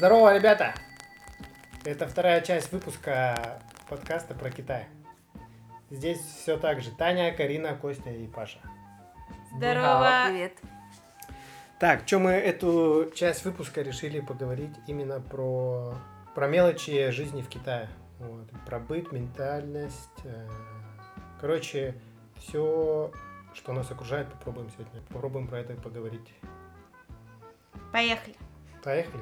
Здорово, ребята! Это вторая часть выпуска подкаста про Китай. Здесь все так же. Таня, Карина, Костя и Паша. Здорово! Привет. Так, что мы эту часть выпуска решили поговорить именно про мелочи жизни в Китае. Вот. Про быт, ментальность. Короче, все, что нас окружает, попробуем сегодня. Попробуем про это поговорить. Поехали! Поехали?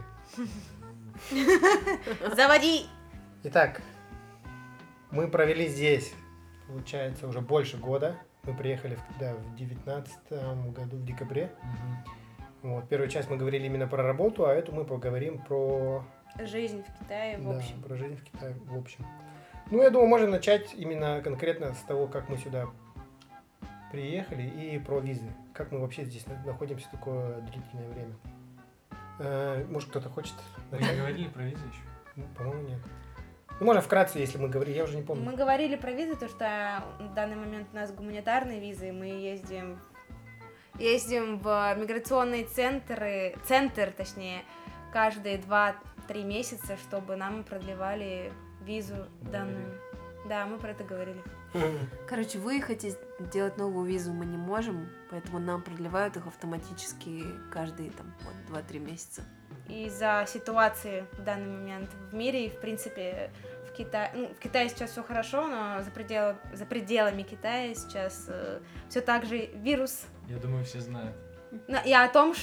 Заводи! Итак, мы провели здесь, получается, уже больше года. Мы приехали в 2019 году, в декабре. Вот, первую часть мы говорили именно про работу, а эту мы поговорим про... Жизнь в Китае в общем. Да, про жизнь в Китае в общем. Ну, я думаю, можем начать именно конкретно с того, как мы сюда приехали и про визы. Как мы вообще здесь находимся такое длительное время. Может, кто-то хочет начать? Мы не говорили про визы еще? Ну, по-моему, нет. Ну, можно вкратце, если мы говорили, я уже не помню. Мы говорили про визы, то что в данный момент у нас гуманитарные визы, мы ездим в миграционные центр, каждые 2-3 месяца, чтобы нам продлевали визу данную. Да, мы про это говорили. Короче, выехать и делать новую визу мы не можем, поэтому нам продлевают их автоматически каждые 2-3 месяца. Из-за ситуации в данный момент в мире и, в принципе, в Китае сейчас все хорошо, но за пределами Китая сейчас все так же вирус. Я думаю, все знают. И о том,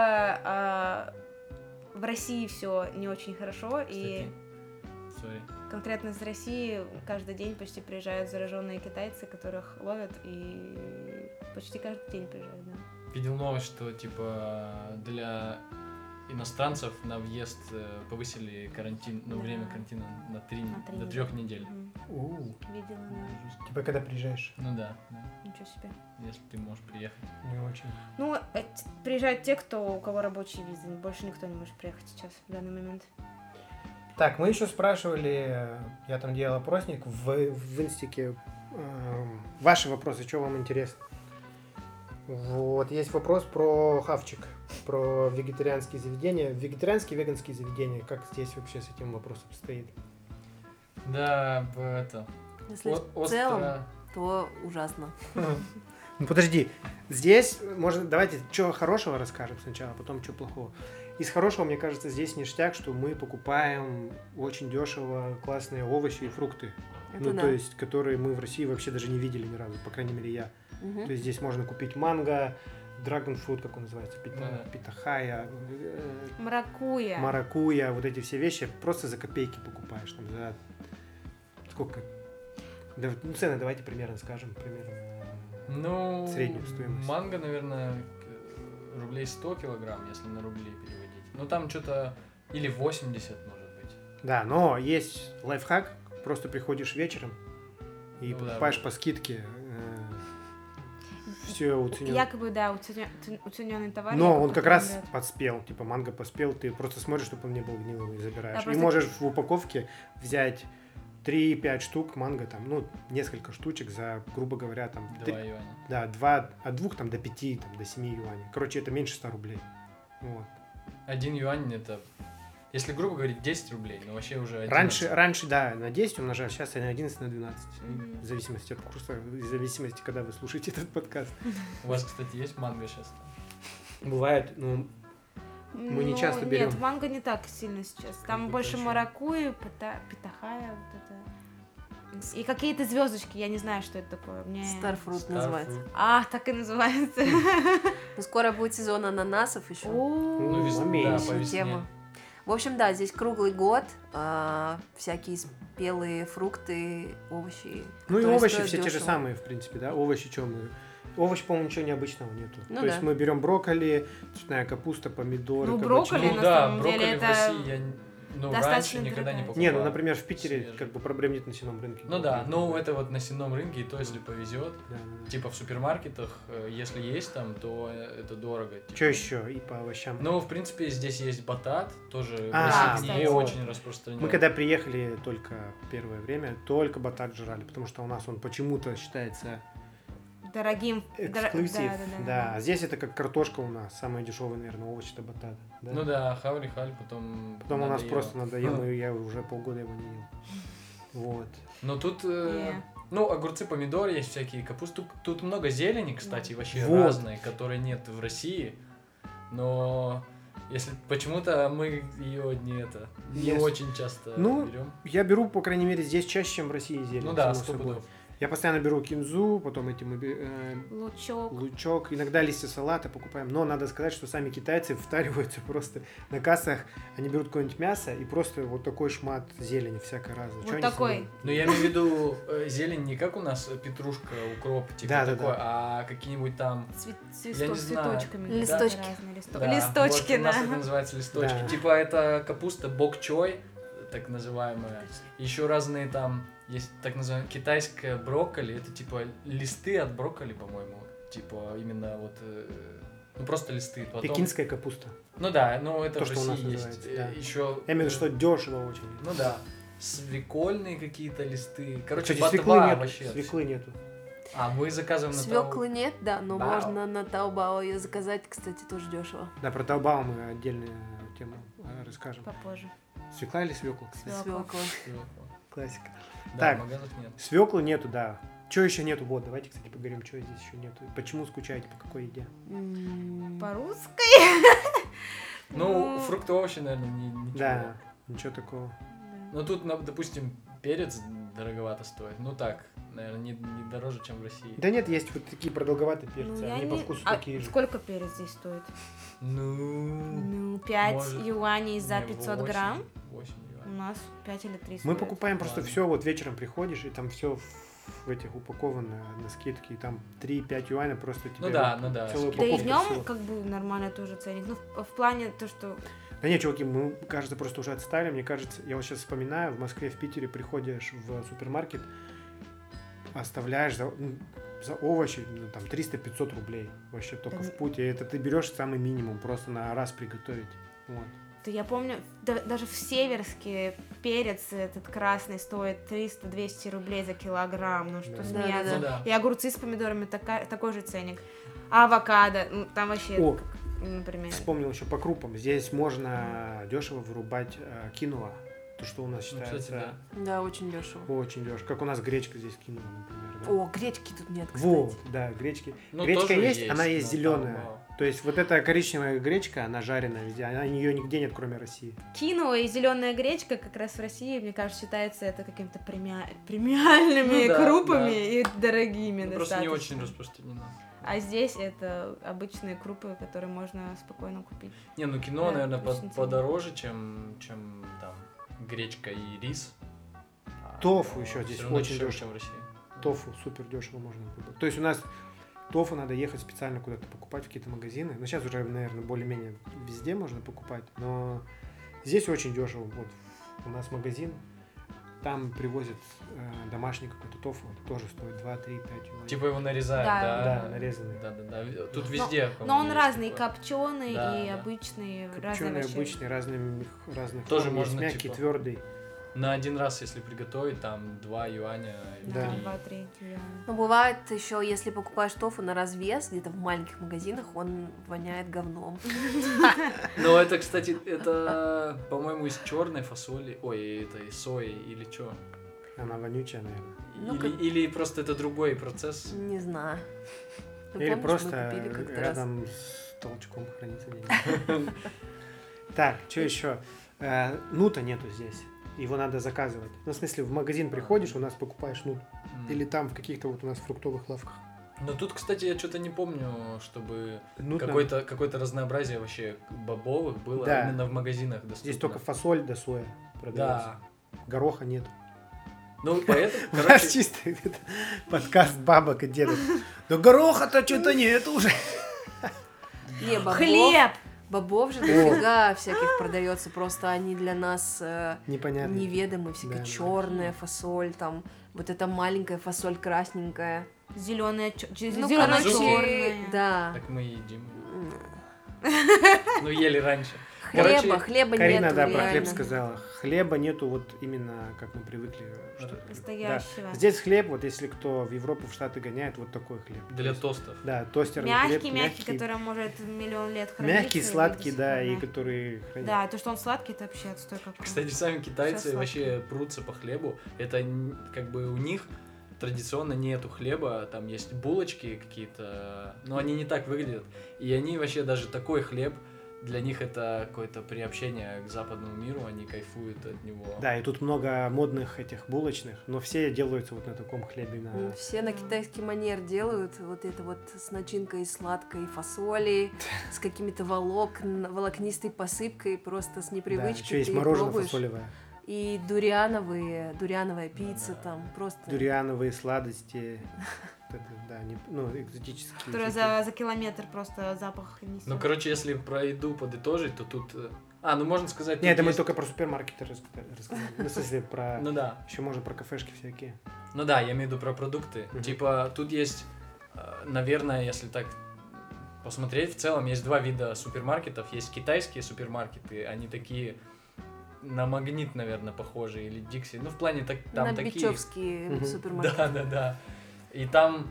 что в России все не очень хорошо, и конкретно из России каждый день почти приезжают зараженные китайцы, которых ловят, и почти каждый день приезжают, да. Видел новость, что типа для иностранцев на въезд повысили карантин, Да. время карантина до 3 недель. Видела, да. Типа, когда приезжаешь? Ну да, Ничего себе. если ты можешь приехать. Не очень. Ну, приезжают те, у кого рабочие визы. Больше никто не может приехать сейчас, в данный момент. Так, мы еще спрашивали, я там делал опросник в инстике, ваши вопросы, что вам интересно. Вот, есть вопрос про хавчик, про вегетарианские заведения, вегетарианские, веганские заведения, как здесь вообще с этим вопросом стоит? Да, это... Если в целом, то ужасно. Ну подожди, здесь, давайте, что хорошего расскажем сначала, потом что плохого. Из хорошего, мне кажется, здесь ништяк, что мы покупаем очень дешево классные овощи и фрукты. Это да. То есть, которые мы в России вообще даже не видели ни разу, по крайней мере, я. Угу. То есть, здесь можно купить манго, драгонфрут, как он называется, питахая, маракуйя, вот эти все вещи просто за копейки покупаешь. Там, за сколько? Да, ну, цены давайте примерно скажем, среднюю стоимость. Манго, наверное, рублей 100 килограмм, если на рубли переводить. Ну, там что-то или 80, может быть. Да, но есть лайфхак. Просто приходишь вечером и покупаешь по скидке. Все уценено. Якобы, да, уцененный товар. Но он как раз подспел. Типа манго поспел. Ты просто смотришь, чтобы он не был гнилым, и забираешь. Да, и можешь в упаковке взять 3-5 штук манго, там, ну, несколько штучек за, грубо говоря, там... 2 юаня. Да, от 2 там, до 5, там, до 7 юаней. Короче, это меньше 100 рублей. Вот. 1 юань это, если грубо говорить, 10 рублей, но вообще уже 11. Раньше, да, на 10 умножаю, сейчас я на 11, на 12. В зависимости от курса, в зависимости, когда вы слушаете этот подкаст. У вас, кстати, есть манго сейчас? Бывает, но мы не часто берем. Нет, манго не так сильно сейчас. Там больше маракуйя, питахая, вот это. И какие-то звездочки, я не знаю, что это такое. Старфрут называется. Так и называется. Ну, скоро будет сезон ананасов еще. Ну, весна, по весне. Тема. В общем, да, здесь круглый год, всякие спелые фрукты, овощи. Ну и овощи все дешево. те же самые, в принципе, да? Овощи, что мы... Овощи, по-моему, ничего необычного нету. Ну, то да. есть мы берем брокколи, цветная капуста, помидоры, Ну, кабачки. брокколи, Ну на да, самом брокколи деле, в это России я достаточно раньше никогда не дорогая. покупал. Не, ну, например, в Питере Свежий. как бы проблем нет на сенном рынке. Ну да, ну это вот на сенном рынке, и то, если повезет. Да. Типа в супермаркетах, если есть там, то это дорого. Типа. Что еще? И по овощам? Ну, в принципе, здесь есть батат, тоже в А, России не вот. очень распространен. Мы когда приехали только первое время, только батат жрали, потому что у нас он почему-то считается дорогим... эксклюзив. Да. А здесь это как картошка у нас, самый дешевый, наверное, овощ это батат. Да? Ну да, хаври-халь, потом Потом у нас надоело. просто надоело, и я уже полгода его не ел. Вот. Но тут, Не. ну, огурцы, помидоры есть всякие, капусту. Тут много зелени, кстати, вообще Вот. разной, которой нет в России. Но если почему-то мы ее не Yes. очень часто Ну, берем. Я беру, по крайней мере, здесь чаще, чем в России зелень. Ну да, само 100 собой. пудов. Я постоянно беру кинзу, потом Лучок. лучок, иногда листья салата покупаем. Но надо сказать, что сами китайцы втариваются просто на кассах. Они берут какое-нибудь мясо и просто вот такой шмат зелени всякой разной. Вот такой. Ну, я имею в виду зелень не как у нас петрушка, укроп, типа Да, да, такой, да. а какие-нибудь там... Цветочки. Я не знаю. Листочками. Листочки. Разные Да, листочки, вот у нас да. это называется листочки. Да. Типа это капуста бок-чой, так называемая. Еще разные там, есть так называемая китайская брокколи, это типа листы от брокколи, по-моему. Типа именно вот, ну просто листы. Потом... Пекинская капуста. Ну да, ну это То, в что у нас России есть. называется, да. Еще... Я имею в виду, что дешево очень. Ну да. Свекольные какие-то листы. Короче, Кстати, свеклы ботва нету. вообще. Свеклы нету. А, мы заказываем на Свеклы нет, да, но Бау. можно на Таобао ее заказать, кстати, тоже дешево. Да, про Таобао мы отдельную тему расскажем. Попозже. Свекла или свекла? Свекла. Свекла. Классика. Да, Так. в магазинах нет. Свеклы нету, да. Что еще нету? Вот, давайте, кстати, поговорим, что здесь еще нету. Почему скучаете, по какой еде? По-русски? Ну, фрукты, овощи, наверное, ничего. Да, ничего такого. Ну, тут, допустим, перец дороговато стоит. Ну, так, наверное, не дороже, чем в России. Да нет, есть вот такие продолговатые перцы, я они по не- вкусу А такие же. сколько перец здесь стоит? Ну, Ну, 5 может, юаней за не, 500 8, грамм. 8 У юаней. нас 5 или 3 Мы стоит. покупаем просто Ладно. все, вот вечером приходишь, и там все в этих упаковано на скидке, и там 3-5 юаней просто тебе Ну да, ну да. целую Да и упаковку днем всего. как бы нормально тоже ценник. Ну, в плане то, что... Да нет, чуваки, мы, кажется, просто уже отстали. Мне кажется, я вот сейчас вспоминаю, в Москве, в Питере приходишь в супермаркет, оставляешь за овощи ну, там 300-500 рублей вообще только Да в путь. И это ты берешь самый минимум просто на раз приготовить. Вот. Да я помню, даже в Северске перец этот красный стоит 300-200 рублей за килограмм. Ну что Да. смеяться. Ну да. И огурцы с помидорами такой же ценник. А авокадо, ну, там вообще, О, например. вспомнил еще по крупам. Здесь можно дешево вырубать киноа. То, что у нас Ну, считается кстати, да. Да, очень дешево. очень дешево. Как у нас гречка здесь кинула, например. Да? О, гречки тут нет, кстати. Вот, да, гречки. Ну, Гречка тоже есть, она есть но зеленая. там, вау. То есть вот эта коричневая гречка, она жареная везде, ее нигде нет, кроме России. Киноа и зеленая гречка как раз в России, мне кажется, считается это какими-то премиальными Ну да, крупами да. и дорогими Ну, просто не достаточно. очень распространено. А здесь это обычные крупы, которые можно спокойно купить. Не, ну кино, Да, наверное, очень ценно. подороже, чем там гречка и рис. Тофу Но еще здесь всё равно очень дешевле, дешево. чем в России. Тофу супер дешево можно купить. То есть у нас тофу надо ехать специально куда-то покупать в какие-то магазины. Но сейчас уже, наверное, более-менее везде можно покупать. Но здесь очень дешево. Вот у нас магазин, там привозят домашний какой-то тофу. Это тоже стоит 2, 3, 5 юаней. Типа его нарезают, Да. да? Да, нарезанный. Да. Тут Но- везде, Но по-моему, он есть разный, такое. копченый Да, и да. обычный, разные Копченый, вообще. обычный, разных Тоже форм. Есть можно, мягкий, типа, твердый. На один раз, если приготовить, там 2 юаня. или Да. 3. 2-3 юаня. Но бывает еще, если покупаешь тофу на развес, где-то в маленьких магазинах, он воняет говном. Но это, кстати, это, по-моему, из черной фасоли. Ой, это из сои или что? Она вонючая, наверное. Ну, или, как- или просто это другой процесс. Не знаю. Ну, Или помнишь, просто мы купили как-то раз. рядом с толчком хранится. я не знаю. Так, что еще? Нута нету здесь. Его надо заказывать. Ну, в смысле, в магазин приходишь, у нас покупаешь нут. Или там в каких-то вот у нас фруктовых лавках. Но тут, кстати, я что-то не помню, чтобы Нут нам- какое-то разнообразие вообще бобовых было Да. именно в магазинах доступно. Здесь только фасоль да соя продается. Да. Гороха нет. Ну, поэтому, У нас короче, чисто это подкаст бабок и дедов. Да гороха-то что-то нет уже. Не, бобов, Хлеб! бобов же дофига всяких продается, просто они для нас Непонятно. неведомы, всякая Да, да. черная фасоль, там вот эта маленькая фасоль красненькая. Зеленая, Ну, зеленая короче, черная. да. так мы едим. М. Ну, ели раньше. Хлеба Карина, нету, да, про реально. хлеб сказала. Хлеба нету вот именно, как мы привыкли. Настоящего. Да. Здесь хлеб, вот если кто в Европу, в Штаты гоняет, вот такой хлеб. Для тостов. Да, тостерный хлеб. Мягкий, который может миллион лет храниться. Мягкий, и сладкий, до сих да, пор, и который хранится. Да, то, что он сладкий, это вообще отстой какой. Кстати, сами китайцы Всё вообще прутся по хлебу. Это как бы у них традиционно нету хлеба, там есть булочки какие-то, но они не так выглядят. И они вообще даже такой хлеб, для них это какое-то приобщение к западному миру, они кайфуют от него. Да, и тут много модных этих булочных, но все делаются вот на таком хлебе. Все на китайский манер делают вот это вот с начинкой сладкой фасоли, с какими-то волокнистой посыпкой, просто с Да, непривычки. еще есть ты мороженое пробуешь. фасолевое. И дуриановая пицца там просто. Дуриановые сладости. Да, экзотические. Которая за километр просто запах несет. Ну, короче, если про еду подытожить, то тут... можно сказать... Нет, это мы есть- только про супермаркеты рассказали. Ну, в смысле, про... Ну да. Еще можно про кафешки всякие. Ну да, я имею в виду про продукты. Мгм. Типа, тут есть, наверное, если так посмотреть, в целом есть два вида супермаркетов. Есть китайские супермаркеты, они такие на Магнит, наверное, похожи, или Дикси. Ну, в плане там На такие... бичевские Мгм. супермаркеты. Да. И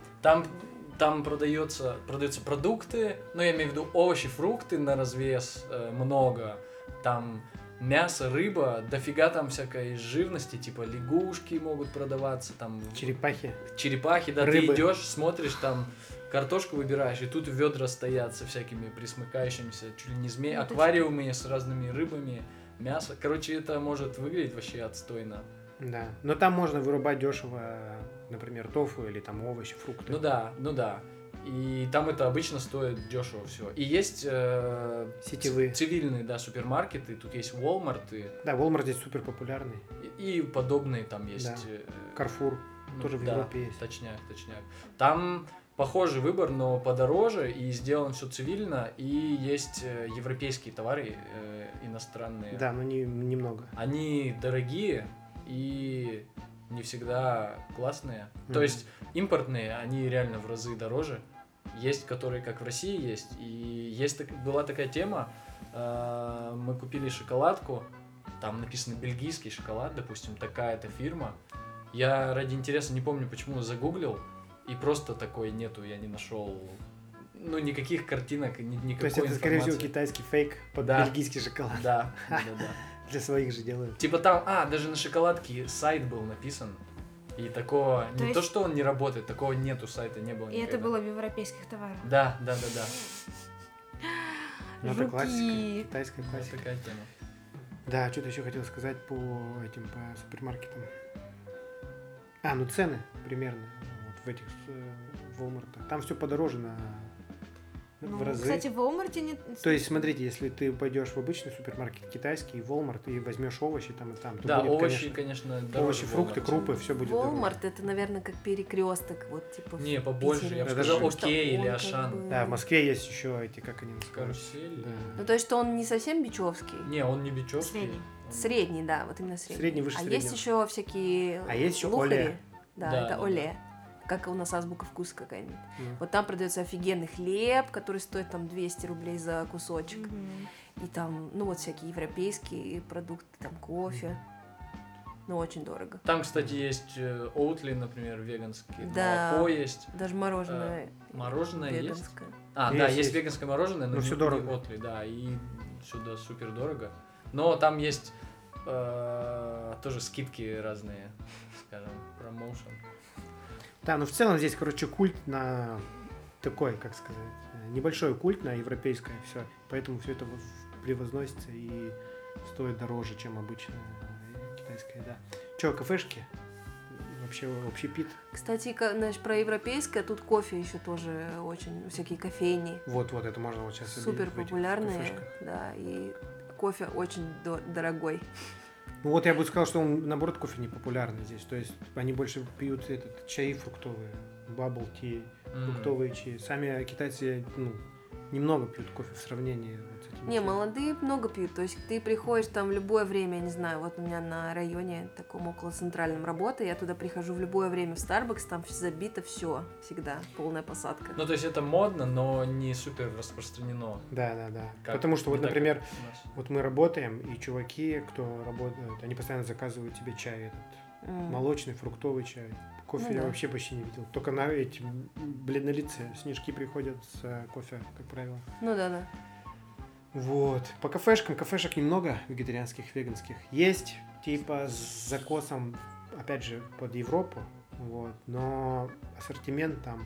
там продаются продукты, ну, я имею в виду овощи, фрукты на развес много. Там мясо, рыба, дофига там всякой живности, типа лягушки могут продаваться, там черепахи, да, Рыбы. ты идешь, смотришь, там картошку выбираешь, и тут ведра стоят со всякими присмыкающимися, чуть ли не змеи, Ну, это аквариумы с разными рыбами, мясо. Короче, это может выглядеть вообще отстойно. Да. Но там можно вырубать дешево, например, тофу или там овощи, фрукты. Ну да. И там это обычно стоит дешево все. И есть Сетевые. цивильные, да, супермаркеты. Тут есть Walmart Да, Walmart здесь супер популярный. и подобные там есть. Да. Carrefour тоже в да, Европе есть. Точняк. Там похожий выбор, но подороже, и сделано все цивильно, и есть европейские товары иностранные. Да, но немного. Они дорогие и не всегда классные. То Мгм. есть импортные, они реально в разы дороже. Есть, которые как в России есть. И была такая тема, мы купили шоколадку, там написано бельгийский шоколад, допустим, такая-то фирма. Я ради интереса не помню, почему загуглил, и просто такой нету, я не нашел. Ну, никаких картинок, никакой То есть это, скорее всего, информации. китайский фейк под Да. бельгийский шоколад. Да. Для своих же делают. Типа там, даже на шоколадке сайт был написан. И такого, То не то, есть- что он не работает, такого нету сайта, не было И это никогда. было в европейских товарах. Да. Ну, это Жуки. классика, китайская Вот классика. такая тема. Да, что-то еще хотел сказать по супермаркетам. Цены примерно вот в этих Walmart. Там все подороже в разы. Кстати, в Walmart нет... То есть, смотрите, если ты пойдешь в обычный супермаркет китайский, Walmart, и возьмешь овощи там и там, то Да, будет, овощи, конечно, дороже овощи, в фрукты, Walmart. крупы, все будет дороже. Walmart это, наверное, как перекресток, вот типа. в Не, побольше, Питере. я бы Да, сказал, даже- Окей Он или как Ашан. бы- Да, в Москве есть еще эти, как они называются? Карусель. Да. Ну, то есть, что он не совсем бичевский. Не, он не бичевский. Средний. Он- Средний, да, вот именно средний. Средний, выше А среднего. есть еще всякие А есть еще лухари. оле. Да, Да, это да, оле. Как у нас азбука вкуса какая-нибудь. Ну. Вот там продается офигенный хлеб, который стоит там 200 рублей за кусочек. Мгм. И там, ну вот всякие европейские продукты, там кофе. Ну, очень дорого. Там, кстати, есть Оутли, например, веганский. Да. Молоко есть. Даже мороженое Мороженое есть. веганское. Да, Есть, есть есть. веганское мороженое, но Но не, всё не дорого. Oatly, да, и сюда супер дорого. Но там есть тоже скидки разные, скажем, промоушен. Да, но в целом здесь, культ на такой, как сказать, небольшой культ на европейское все. Поэтому все это превозносится и стоит дороже, чем обычно китайская еда. Че, кафешки? Вообще общепит? Кстати, знаешь, про европейское, тут кофе еще тоже очень, всякие кофейни. Вот, это можно вот сейчас Супер популярные, да, и кофе очень дорогой. Ну вот я бы сказал, что он, наоборот, кофе не популярный здесь. То есть они больше пьют чаи фруктовые, bubble tea, фруктовые чаи. Сами китайцы, немного пьют кофе в сравнении вот с этим. Не, молодые много пьют. То есть ты приходишь там в любое время, я не знаю, вот у меня на районе таком около центральном работы, я туда прихожу в любое время в Starbucks, там забито все, всегда полная посадка. Ну, то есть это модно, но не супер распространено. Да. Как Потому что вот, не так, например, как у нас. вот мы работаем, и чуваки, кто работает, они постоянно заказывают тебе чай этот, молочный, фруктовый чай. Кофе Ну я да. вообще почти не видел. Только на эти бледнолицые снежки приходят с кофе, как правило. Ну да. Вот. По кафешкам, кафешек немного вегетарианских, веганских. Есть, типа, с закосом, опять же, под Европу. Вот. Но ассортимент там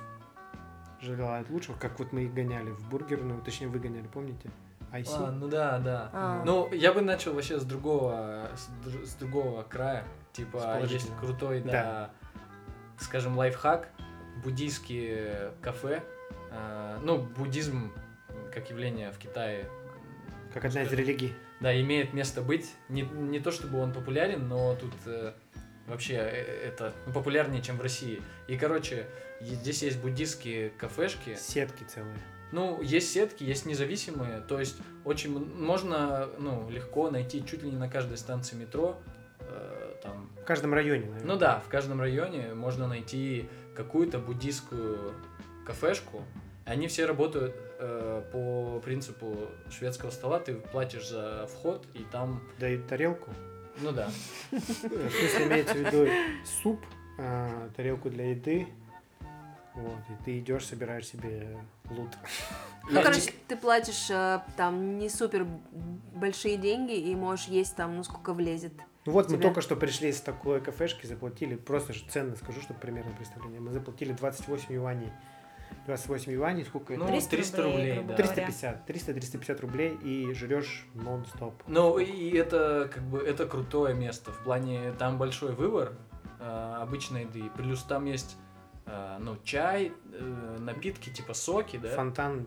желает лучшего, как вот мы их гоняли в бургерную, точнее, вы гоняли, помните? IC. Ну да. А. Ну, я бы начал вообще с другого края. С Типа, положительного. есть крутой, Да. скажем, лайфхак, буддийские кафе. Ну, буддизм как явление в Китае, Как одна из религий. да, имеет место быть. Не то чтобы он популярен, но тут вообще это популярнее, чем в России. И, короче, здесь есть буддийские кафешки. Сетки целые. Ну, есть сетки, есть независимые, то есть очень можно, легко найти чуть ли не на каждой станции метро, там. В каждом районе, наверное. Ну да, в каждом районе можно найти какую-то буддийскую кафешку. Они все работают по принципу шведского стола, ты платишь за вход, и там, Дают тарелку. ну да. В смысле, имеется в виду суп, тарелку для еды. Вот, и ты идешь, собираешь себе лут. Ну, Я короче, ты платишь там не супер большие деньги и можешь есть там, ну, сколько влезет. Ну вот мы Тебя? только что пришли из такой кафешки, заплатили, просто же цены скажу, чтобы примерное представление. Мы заплатили 28 юаней. 28 юаней, сколько это? Ну, 300 рублей, грубо да. говоря. 350. 300-350 рублей и жрешь нон-стоп. Ну, и это как бы это крутое место. В плане там большой выбор обычной еды. Плюс там есть чай, напитки типа соки, да? Фонтан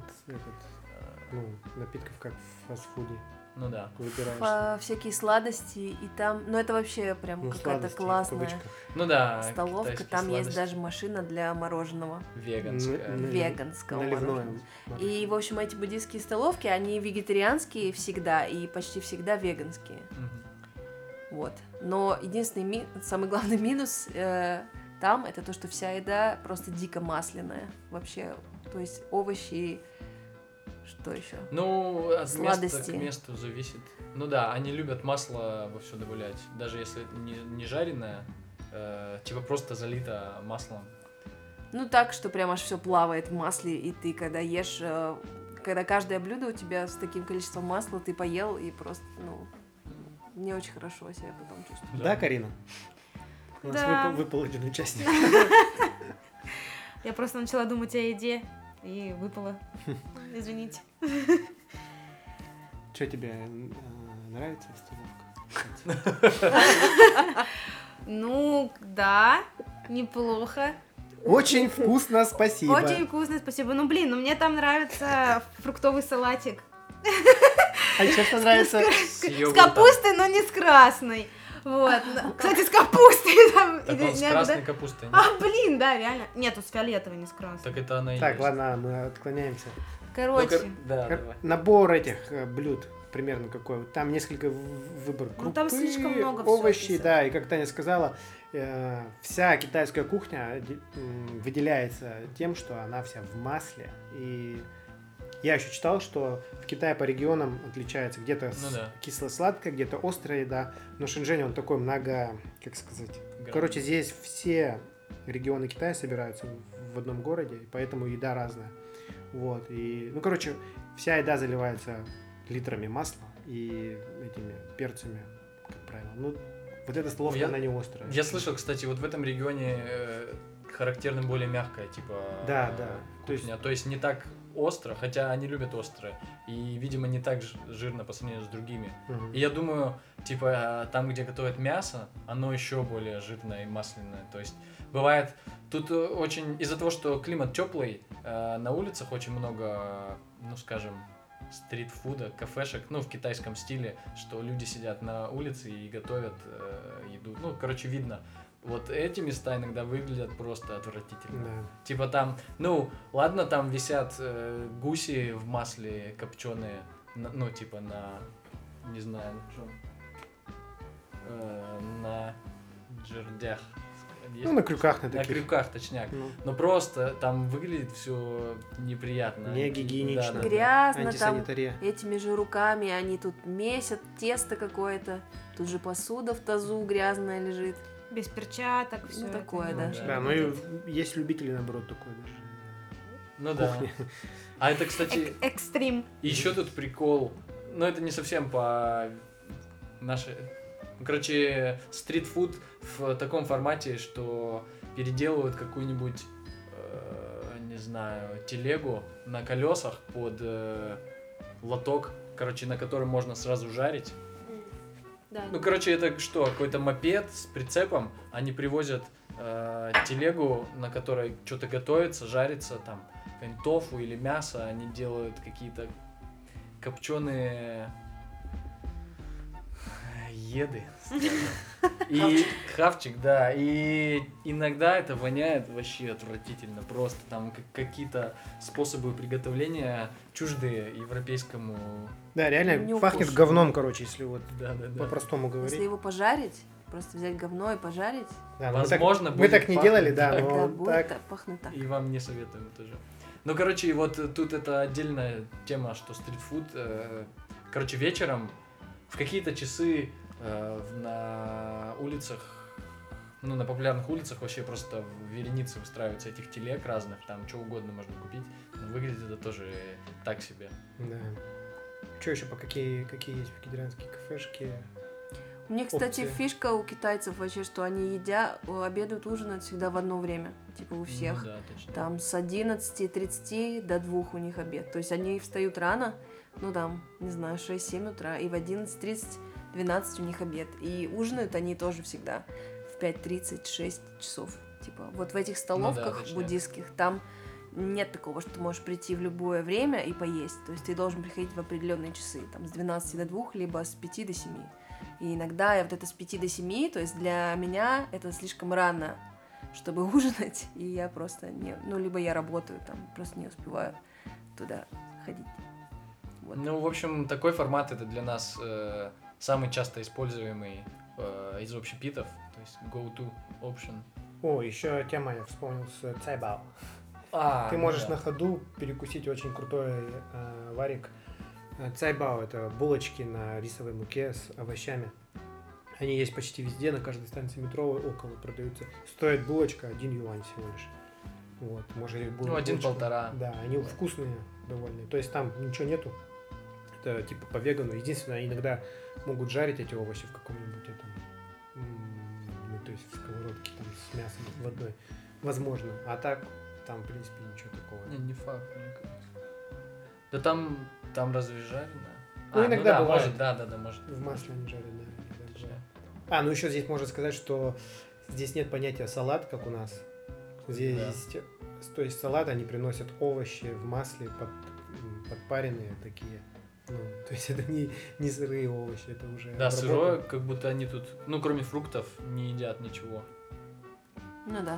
напитков, как в фастфуде. Ну да. Выбираешь. Всякие сладости, и там, ну, это вообще прям Ну, какая-то сладости, в классная кавычках. Ну да. столовка. китайские Там есть сладости. даже машина для мороженого, Веганская. веганского Наливное. мороженого. И, в общем, эти буддийские столовки, они вегетарианские всегда и почти всегда веганские. Мгм. Вот. Но единственный, самый главный минус там, это то, что вся еда просто дико масляная. Вообще, то есть овощи, что еще? Ну, от места Сладости. к месту зависит. Ну да, они любят масло во все добавлять. Даже если это не жареное, типа просто залито маслом. Ну так, что прям аж все плавает в масле, и ты когда ешь, когда каждое блюдо у тебя с таким количеством масла, ты поел, и просто, не очень хорошо себя потом чувствую. Да, Карина? У нас Да. выпал один участник. Я просто начала думать о еде и выпала. Извините. Что тебе нравится столовка? Ну, да, неплохо. Очень вкусно, спасибо. Очень вкусно, спасибо. Ну, блин, мне там нравится фруктовый салатик. А еще что нравится? С С йогуртом. капустой, но не с красной. Вот. Кстати, с капустой там. Так или он с нет, красной да? капустой. Блин, да, реально. Нет, с фиолетовой, не с красной. Так это она и Так, есть. ладно, мы отклоняемся. Короче, Да, давай. Набор этих блюд примерно какой. Там несколько выбор Ну, крупы, там слишком много всего овощи, описано. да. И как Таня сказала, вся китайская кухня выделяется тем, что она вся в масле. И я еще читал, что в Китае по регионам отличается. Где-то Ну да. кисло-сладкая, где-то острая еда. Но Шэньчжэнь, он такой как сказать. Короче, здесь все регионы Китая собираются в одном городе, и поэтому еда разная. Вот. И, вся еда заливается литрами масла и этими перцами, как правило. Ну, вот эта столовка, Я- она не острая. Я слышал, кстати, вот в этом регионе характерно более мягкая, типа, Да, да. кухня. То есть не так остро, хотя они любят острое. И, видимо, не так жирно по сравнению с другими. Мгм. И я думаю, типа, там, где готовят мясо, оно еще более жирное и масляное. То есть бывает, тут очень, из-за того, что климат теплый, на улицах очень много, скажем, стритфуда, кафешек, в китайском стиле, что люди сидят на улице и готовят еду. Видно. Вот эти места иногда выглядят просто отвратительно. Да. Типа там, ну, ладно, там висят гуси в масле копченые, ну, типа на, не знаю, на чем, на жердях. Ну, на крюках на На таких. крюках, точняк. Ну, Но просто там выглядит все неприятно. Не гигиенично. Да, да, да. Грязно там, антисанитария. этими же руками они тут месят тесто какое-то, тут же посуда в тазу грязная лежит. Без перчаток, все такое, да. Да, ну и есть любители, наоборот, такой даже. Ну да. Кухни. А это, кстати, Экстрим. еще тут прикол. Ну, это не совсем по нашей... Ну, короче, стритфуд в таком формате, что переделывают какую-нибудь, не знаю, телегу на колесах под лоток, короче, на котором можно сразу жарить. Да. Ну, короче, это что, какой-то мопед с прицепом, они привозят телегу, на которой что-то готовится, жарится, там, какая-нибудь тофу или мясо, они делают какие-то копченые еды. И хавчик, да, и иногда это воняет вообще отвратительно, просто там какие-то способы приготовления чуждые европейскому. Да, реально Нюхал. пахнет говном, короче, если вот Да. по-простому Если говорить. его пожарить, просто взять говно и пожарить, Да, но мы так- Возможно, мы будет так не пахнуть делали, да, так. да, но будет так. так пахнуть так. И вам не советуем тоже. Ну, короче, вот тут это отдельная тема, что стритфуд, короче, вечером в какие-то часы на улицах, ну, на популярных улицах вообще просто вереницы устраиваются этих телег разных, там что угодно можно купить, но выглядит это тоже так себе. Да. Что еще по какие есть вегетарианские кафешки? У них, кстати, опции. фишка у китайцев вообще, что они обедают, ужинают всегда в одно время, типа у всех. Ну, да, точно. Там с 11:30 до 2 у них обед. То есть они встают рано, ну там, не знаю, 6-7 утра, и в 11:30-12 у них обед. И ужинают они тоже всегда в 5:30-6 часов. Типа вот в этих столовках точняк. буддийских там нет такого, что ты можешь прийти в любое время и поесть. То есть ты должен приходить в определенные часы, там с 12 до 2, либо с 5 до 7. И иногда я вот это с 5 до 7, то есть для меня это слишком рано, чтобы ужинать, и я просто не... Ну, либо я работаю, там, просто не успеваю туда ходить. Вот. Ну, в общем, такой формат это для нас самый часто используемый из общепитов, то есть go-to option. О, еще тема, я вспомнил, с цайбао. А, Ты можешь да. на ходу перекусить очень крутой варик. Цайбао — это булочки на рисовой муке с овощами. Они есть почти везде, на каждой станции метро около продаются. Стоит булочка 1 юань всего лишь. Вот, может, их будет Ну, 1,5. Да, они вкусные довольно. То есть там ничего нету. Это типа по вегану. Единственное, иногда могут жарить эти овощи в каком-нибудь этом, ну, то есть в сковородке там с мясом в одной. Возможно. А так, там, в принципе, ничего такого. Не факт, мне кажется. Да там разве жарено? Ну, иногда да, бывает. может, да, может. В масле они жарят, да, иногда Точно. бывает. Ну еще здесь можно сказать, что здесь нет понятия салат, как у нас. Здесь Да. есть, то есть салат, они приносят овощи в масле подпаренные такие. Ну, то есть это не сырые овощи, это уже Да, обработано. сырое, как будто они тут, ну, кроме фруктов, не едят ничего. Ну да.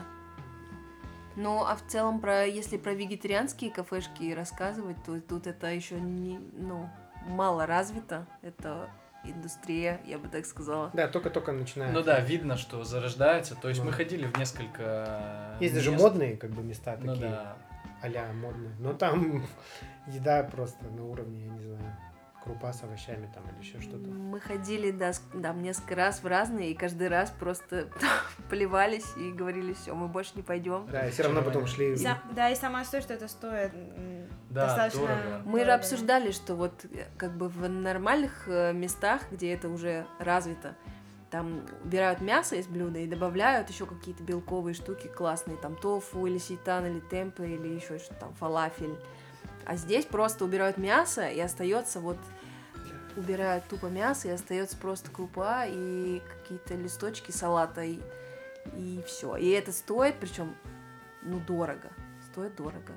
Ну, а в целом, если про вегетарианские кафешки рассказывать, то тут это еще не, мало развито. Это индустрия, я бы так сказала. Да, только-только начинает. Ну да, видно, что зарождается. То есть Ну. мы ходили в несколько Есть даже мест. модные как бы места Ну такие, да. а-ля модные. Но там еда просто на уровне, я не знаю, крупа с овощами там или еще что-то. Мы ходили, да, несколько раз в разные, и каждый раз просто плевались и говорили, все, мы больше не пойдем. Да, и все равно потом шли. Да, и самое суть, что это стоит Да, достаточно... дорого. Мы же дорого. обсуждали, что вот как бы в нормальных местах, где это уже развито, там убирают мясо из блюда и добавляют еще какие-то белковые штуки классные, там тофу или сейтан, или темпе, или еще что-то там, фалафель. А здесь просто убирают мясо и остается вот убирают тупо мясо и остается просто крупа и какие-то листочки салата и все. И это стоит, причем, дорого. Стоит дорого.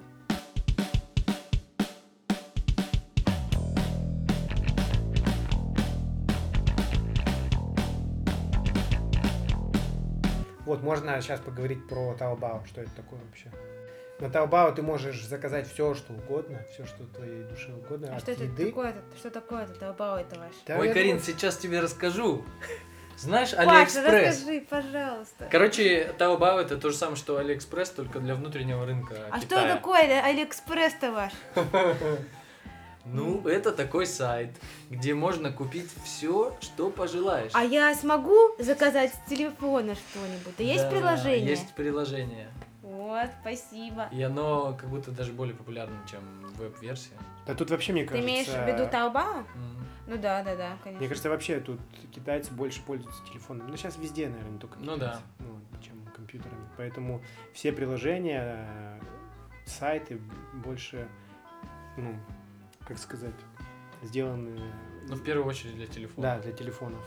В Вот, можно сейчас поговорить про Taobao, что это такое вообще. На Taobao ты можешь заказать все, что угодно, все, что твоей душе угодно, А от что это еды. такое-то? Что такое-то? Taobao это ваш? Да, Ой, я Карин, думаю, сейчас тебе расскажу. Знаешь, Паша, Алиэкспресс. расскажи, пожалуйста. Короче, Taobao это то же самое, что Алиэкспресс, только для внутреннего рынка А что Китая. такое Алиэкспресс-то ваш? Ну, это такой сайт, где можно купить все, что пожелаешь. А я смогу заказать с телефона что-нибудь? Да есть Да, приложение? Есть приложение. Вот, спасибо. И оно как будто даже более популярно, чем веб-версия. Да тут вообще, мне Ты кажется... имеешь в виду Taobao? М. Ну да, конечно. Мне кажется, вообще тут китайцы больше пользуются телефоном. Ну, сейчас везде, наверное, не только Ну китайцы. да. Ну, чем компьютерами. Поэтому все приложения, сайты больше, ну, как сказать, сделаны... Ну, в первую очередь для телефона. Да, для телефонов.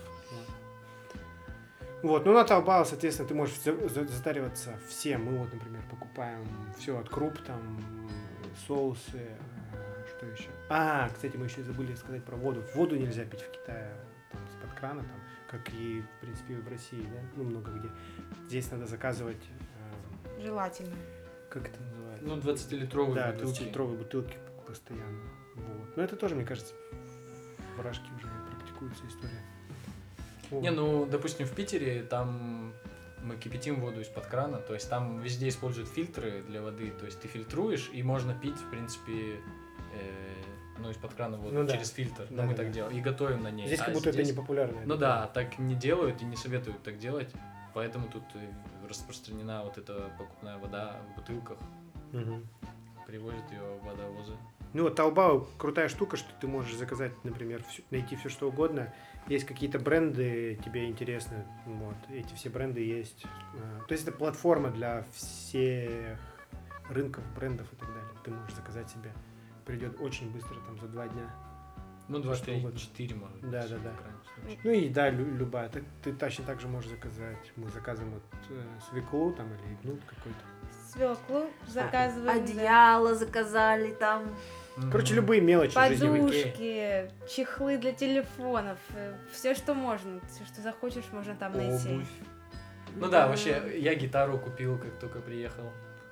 Вот, ну на Taobao, соответственно, ты можешь затариваться всем. Мы вот, например, покупаем все от круп, там, соусы, что еще? А, кстати, мы еще забыли сказать про воду. Воду нельзя пить в Китае там, из-под крана, там, как и, в принципе, в России, да? Ну, много где. Здесь надо заказывать, Желательно. как это называется? Ну, 20-литровые Да, бутылки. 20-литровые бутылки постоянно. Вот. Но это тоже, мне кажется, в Рашке уже практикуется история. Вот. Не, ну, допустим, в Питере там мы кипятим воду из-под крана, то есть там везде используют фильтры для воды, то есть ты фильтруешь, и можно пить, в принципе, ну, из-под крана воду Ну да. через фильтр. Да, Ну, мы да, так да. делаем. И готовим на ней. Здесь А как будто здесь- это не популярно. Ну да, так не делают и не советуют так делать, поэтому тут распространена вот эта покупная вода в бутылках, Мгм. привозят ее водовозы. Ну вот Taobao крутая штука, что ты можешь заказать, например, найти все что угодно. Есть какие-то бренды тебе интересны, вот, эти все бренды есть. То есть это платформа для всех рынков, брендов и так далее. Ты можешь заказать себе. Придет очень быстро, там, за 2 дня. Ну, Что угодно. 2-4, может быть. Да. в крайнем случае. Ну и да, любая. Ты точно так же можешь заказать. Мы заказываем вот свеклу там или гнут какой-то. Свеклу заказываем. Одеяло заказали там. Короче, Мгм. любые мелочи жизни в Икее. Подушки, чехлы для телефонов, все, что можно, все, что захочешь, можно там найти. Обувь. Ну да, вообще, я гитару купил, как только приехал.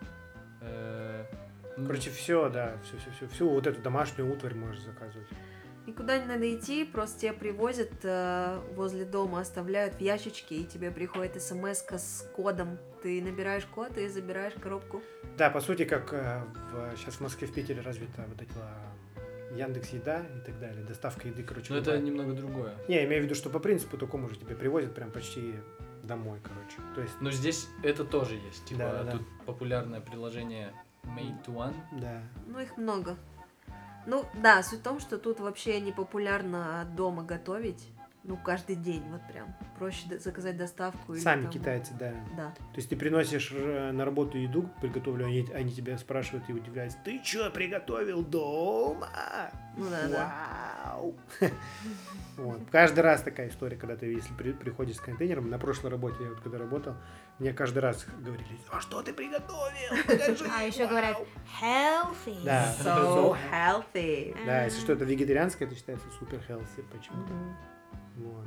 Ну, Короче, все, да, всю вот эту домашнюю утварь можешь заказывать. Никуда не надо идти, просто тебя привозят возле дома, оставляют в ящичке, и тебе приходит смс с кодом. Ты набираешь код и забираешь коробку. Да, по сути, как сейчас в Москве, в Питере развита вот эти Яндекс Еда и так далее, доставка еды, короче. Но это любая. немного другое. Не, я имею в виду, что по принципу такому же тебе привозят прям почти домой, короче. То есть, Но здесь это тоже есть. Типа, Да-да-да. тут популярное приложение Made to One. да. Ну, их много. Ну, да, суть в том, что тут вообще не популярно дома готовить. Ну, каждый день, вот прям. Проще заказать доставку. или Сами там- китайцы, да. Да. То есть ты приносишь на работу еду, приготовлю, они тебя спрашивают и удивляются, ты что, приготовил дома? Ну да. Вау! Вот. Каждый раз такая история, когда ты, если приходишь с контейнером, на прошлой работе, я вот когда работал, мне каждый раз говорили, а что ты приготовил? Покажи! А еще Вау!» говорят healthy. Да. So healthy. Да, если что-то вегетарианское, это считается супер healthy почему-то. Мгм. Вот.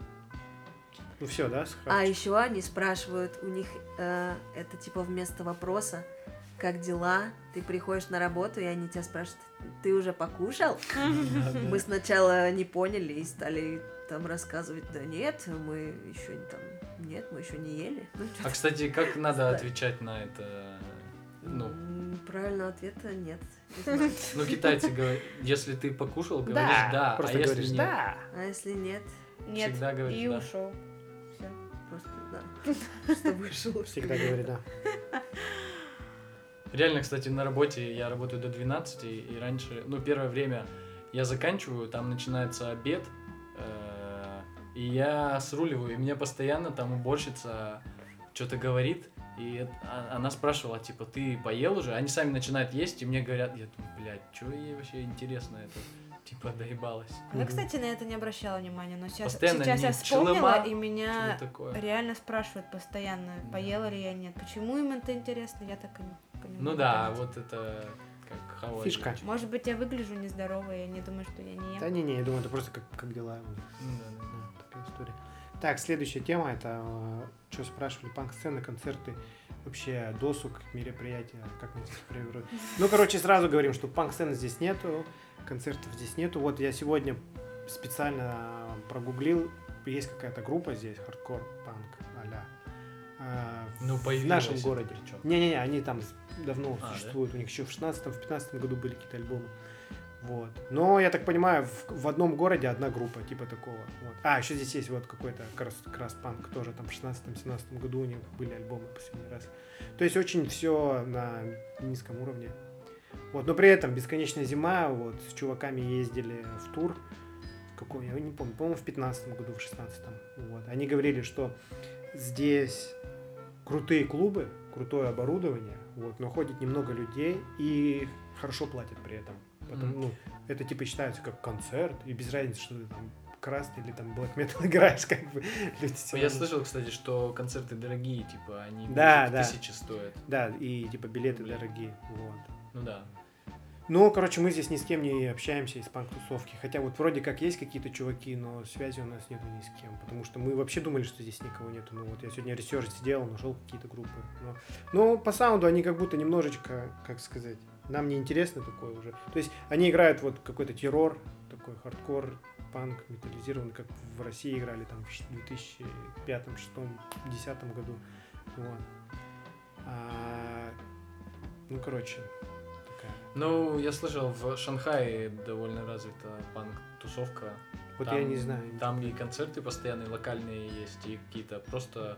Ну все, да? А еще они спрашивают, у них это типа вместо вопроса, как дела, ты приходишь на работу, и они тебя спрашивают, ты уже покушал? Мы сначала не поняли и стали там рассказывать, да нет, мы еще там, нет, мы еще не ели. Ну, А, кстати, как надо отвечать на это? Ну, правильного ответа нет. Не знаю. ну, китайцы говорят, если ты покушал, говоришь да, Просто а если говоришь, нет? да. А если нет, Нет, Всегда говоришь и да. ушел. Все. просто да. Что вышел. Всегда говори да. Реально, кстати, на работе я работаю до 12, и раньше, ну, первое время я заканчиваю, там начинается обед, и я сруливаю, и мне постоянно там уборщица что-то говорит, и она спрашивала, типа, ты поел уже? Они сами начинают есть, и мне говорят, я думаю, блядь, что ей вообще интересно это? Типа, доебалась. Я, кстати, на это не обращала внимания, но сейчас Постоянно я не вспомнила, челома, и меня Что такое? реально спрашивают постоянно, поела ли я, нет. Почему им это интересно, я так и не понимаю. Ну да, вот это как Хавай. Фишка. Может быть, я выгляжу нездоровой, я не думаю, что я не ем. Да не, я думаю, это просто как дела. Ну да, да. Да, такая история. Так, следующая тема, это что спрашивали, панк-сцена, концерты, вообще досуг, мероприятия, как мы здесь приведем. Ну, короче, сразу говорим, что панк-сцены здесь нету, концертов здесь нету. Вот я сегодня специально прогуглил, есть какая-то группа здесь, хардкор, панк, а-ля, Ну, в появилась. нашем городе. Причем. Не-не-не, они там давно А, существуют, у них еще в 16-15 году были какие-то альбомы. Вот. Но, я так понимаю, в одном городе одна группа, типа такого. Вот. А, еще здесь есть вот какой-то крас-панк, тоже там в 16-17 году у них были альбомы последний раз. То есть очень все на низком уровне. Вот. Но при этом «Бесконечная зима», вот, с чуваками ездили в тур, какой, я не помню, по-моему, в 15 году, в 16-м. Вот. Они говорили, что здесь крутые клубы, крутое оборудование, вот, но ходит немного людей и хорошо платят при этом. Потому, ну, это типа считается как концерт, и без разницы, что ты там красный или там black metal играешь, как бы. Люди всё Я равно- слышал, кстати, что концерты дорогие, типа, они Да, больше да. 1000 стоят. Да, и типа билеты Блин. дорогие, вот. Ну да. Ну, короче, мы здесь ни с кем не общаемся из панк-тусовки, хотя вот вроде как есть какие-то чуваки, но связи у нас нету ни с кем, потому что мы вообще думали, что здесь никого нету. Ну вот я сегодня ресерч сделал, нашел какие-то группы. Но по саунду они как будто немножечко, как сказать, нам не интересно такое уже. То есть они играют вот какой-то террор, такой хардкор, панк, металлизированный, как в России играли там в 2005, 2006, 2010 году. Вот. Ну, короче, такая. Ну, я слышал, в Шанхае довольно развита панк-тусовка. Вот Там- я не знаю. Там и концерты постоянные, локальные есть, и какие-то просто,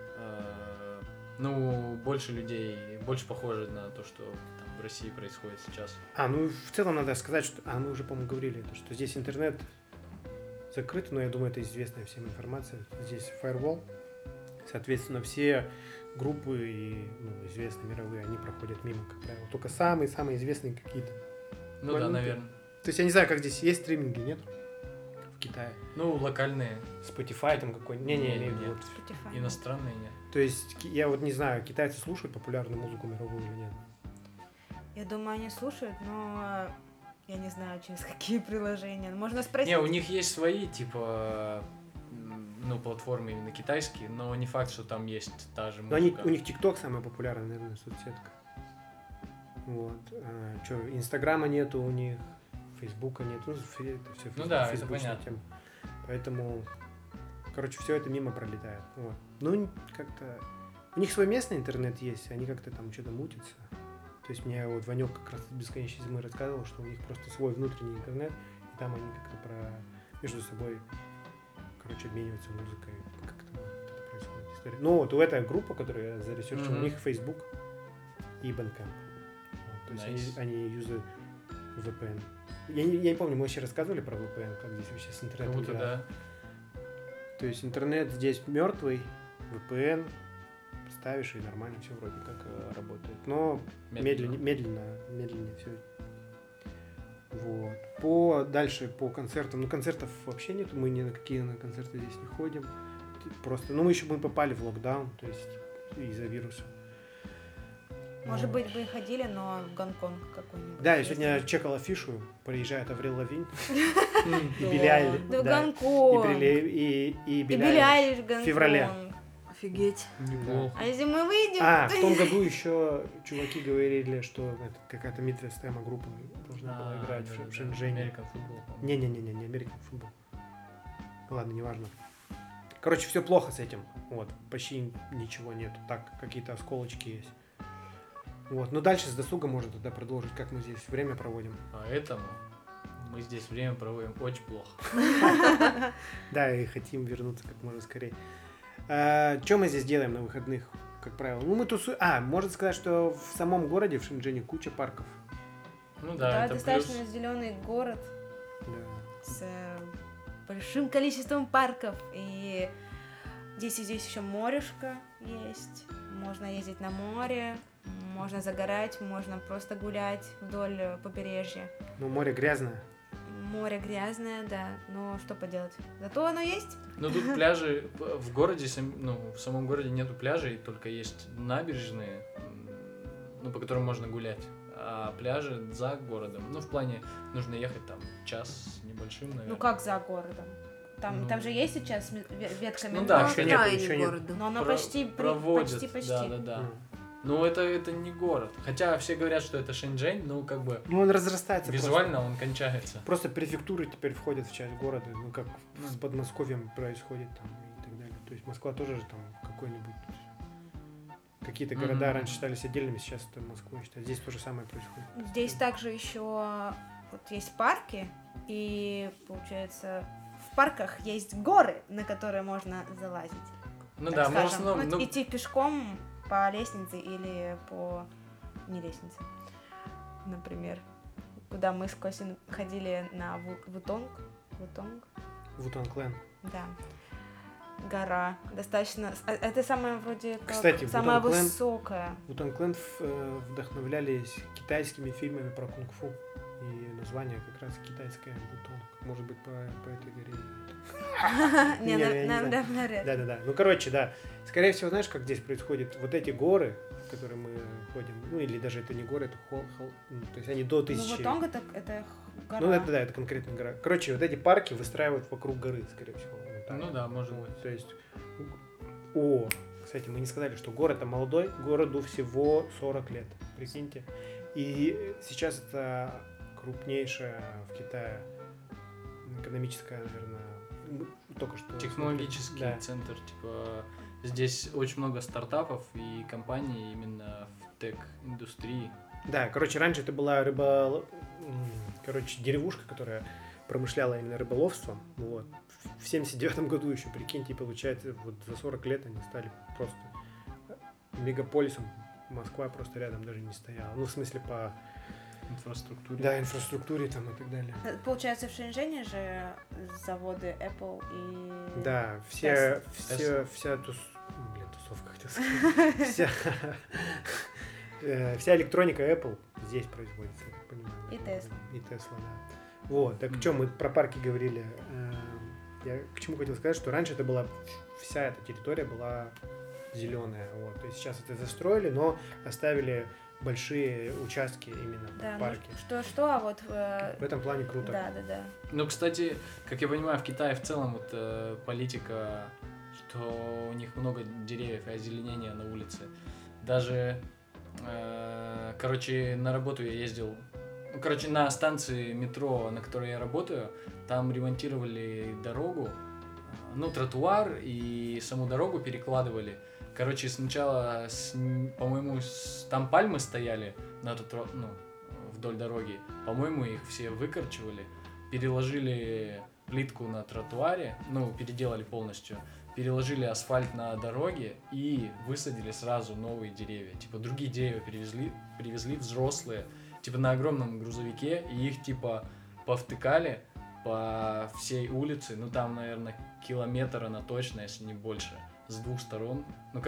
ну, больше людей, больше похоже на то, что там в России происходит сейчас. Ну в целом надо сказать, что... мы уже, по-моему, говорили, это, что здесь интернет закрыт, но я думаю, это известная всем информация. Здесь firewall. Соответственно, все группы и известные мировые, они проходят мимо, как правило. Только самые-самые известные какие-то. Ну да, Валюты. наверное. То есть я не знаю, как здесь есть стриминги, нет? В Китае. Ну, локальные, Spotify там какой-нибудь. Не, я имею в виду. Нет. Вот. Spotify. иностранные нет. То есть я вот не знаю, китайцы слушают популярную музыку мировую или нет. Я думаю, они слушают, но я не знаю, через какие приложения. Можно спросить. Не, у них есть свои, типа, ну, платформы именно китайские, но не факт, что там есть та же Но они, музыка. у них ТикТок самая популярная, наверное, соцсетка. Вот. Инстаграма нету у них, Фейсбука нет. Это все Ну да, это понятно. тема. Поэтому, короче, все это мимо пролетает. Вот. Ну, как-то... У них свой местный интернет есть, они как-то там что-то мутятся. То есть мне вот Ванек как раз «Бесконечной зимы» рассказывал, что у них просто свой внутренний интернет, и там они как-то между собой, короче, обмениваются музыкой. Как-то вот это происходит история. Ну, вот у этой группы, которую я заресерчил, у Мгм. них Facebook и Bandcamp. Вот, то есть Nice. они юзают VPN. Я не помню, мы вообще рассказывали про VPN, как здесь вообще с Как интернетом будто дела? да. То есть интернет здесь мертвый, VPN ставишь, и нормально все вроде как работает. Но медленнее все. Вот. Дальше по концертам. Ну, концертов вообще нет. Мы ни на какие концерты здесь не ходим. Просто, мы попали в локдаун, то есть из-за вируса. Может Вот. быть, бы и ходили, но в Гонконг какой-нибудь. Да, я ездили. сегодня чекал афишу. Приезжает Аврил Лавинь и Да. Билли Айлиш. Да в Да. Гонконг. И И Билли Билли Айлиш. Айлиш в Гонконг. феврале. Офигеть. Неплохо. А если мы выйдем? В том году еще чуваки говорили, что это какая-то Midwest Emo группа должна была играть в Шэньчжэне. American Football, по-моему. Не American Football. Ладно, неважно. Короче, все плохо с этим. Вот, почти ничего нету. Так, какие-то осколочки есть. Вот, но дальше с досуга можно тогда продолжить, как мы здесь время проводим. Поэтому мы здесь время проводим очень плохо. Да, и хотим вернуться как можно скорее. Что мы здесь делаем на выходных, как правило? Ну, мы тусуем... можно сказать, что в самом городе, в Шэньчжэне, куча парков. Ну Да, да, это достаточно плюс. зеленый город Да. с большим количеством парков. И здесь еще морешко есть. Можно ездить на море, можно загорать, можно просто гулять вдоль побережья. Ну, море грязное. Море грязное, да, но что поделать. Зато оно есть. Ну тут пляжи в городе, в самом городе нету пляжей, только есть набережные, по которым можно гулять. А пляжи за городом. Ну, в плане, нужно ехать там час с небольшим, наверное. Ну как за городом? Там же есть сейчас ветка Ну метро. да, На еще нет, окраине еще нет. города. Но она Про- почти. проводят. Почти. Да. Ну, это не город. Хотя все говорят, что это Шэньчжэнь, ну, как бы, Ну, он разрастается визуально он кончается. Просто префектуры теперь входят в часть города, ну, как с Подмосковьем происходит там и так далее. То есть Москва тоже же там какой-нибудь... Какие-то города Мгм. раньше считались отдельными, сейчас это Москва считают. Здесь то же самое происходит. Здесь также еще вот есть парки, и получается в парках есть горы, на которые можно залазить. Ну так да, мы в скажем. основном... Ну, ну, идти пешком по лестнице или по не лестнице, например, куда мы с Косин ходили на Вутонг, Вутан-клэн. да, гора, достаточно, это самая вроде как Кстати, самая Вутан-клэн- высокая. Вутан-клэн вдохновлялись китайскими фильмами про кунг-фу. И название как раз китайское Вутонг. Может быть, по этой горе. Не, я не нам знаю. навряд ли. Да. Ну, короче, да. Скорее всего, знаешь, как здесь происходит? Вот эти горы, в которые мы ходим, ну, или даже это не горы, это то есть они до Ну, 1000... Вутонг это гора. Ну, это да, это конкретно гора. Короче, вот эти парки выстраивают вокруг горы, скорее всего. Вот так. Ну да, может Вот, быть. то есть... Кстати, мы не сказали, что город-то молодой, городу всего 40 лет, прикиньте. И сейчас это крупнейшая в Китае экономическая, наверное, только что... Технологический Да. центр, типа, здесь очень много стартапов и компаний именно в тек-индустрии. Да, короче, раньше это была деревушка, которая промышляла именно рыболовством. Вот. В 79 году еще, прикиньте, получается, вот за 40 лет они стали просто мегаполисом. Москва просто рядом даже не стояла. Ну, в смысле, по Инфраструктуре. инфраструктуре там и так далее. Получается, в Шэньчжэне же заводы Apple и... Да, Tesla. вся тусовка, хотел сказать. Вся электроника Apple здесь производится, я так понимаю. И Tesla. И Tesla, да. Вот, так что мы про парки говорили. Я к чему хотел сказать, что раньше это была вся эта территория была зеленая. Вот. То есть сейчас это застроили, но оставили большие участки именно Да, в парке. что, а вот... В этом плане круто. Да. Ну, кстати, как я понимаю, в Китае в целом вот политика, что у них много деревьев и озеленения на улице. Даже, на работу я ездил, на станции метро, на которой я работаю, там ремонтировали дорогу, тротуар и саму дорогу перекладывали. Сначала, по-моему, там пальмы стояли вдоль дороги. По-моему, их все выкорчевали, переложили плитку на тротуаре, переделали полностью, переложили асфальт на дороге и высадили сразу новые деревья. Типа другие деревья привезли взрослые, типа на огромном грузовике, и их типа повтыкали по всей улице. Там, наверное, километр она точно, если не больше, с двух сторон.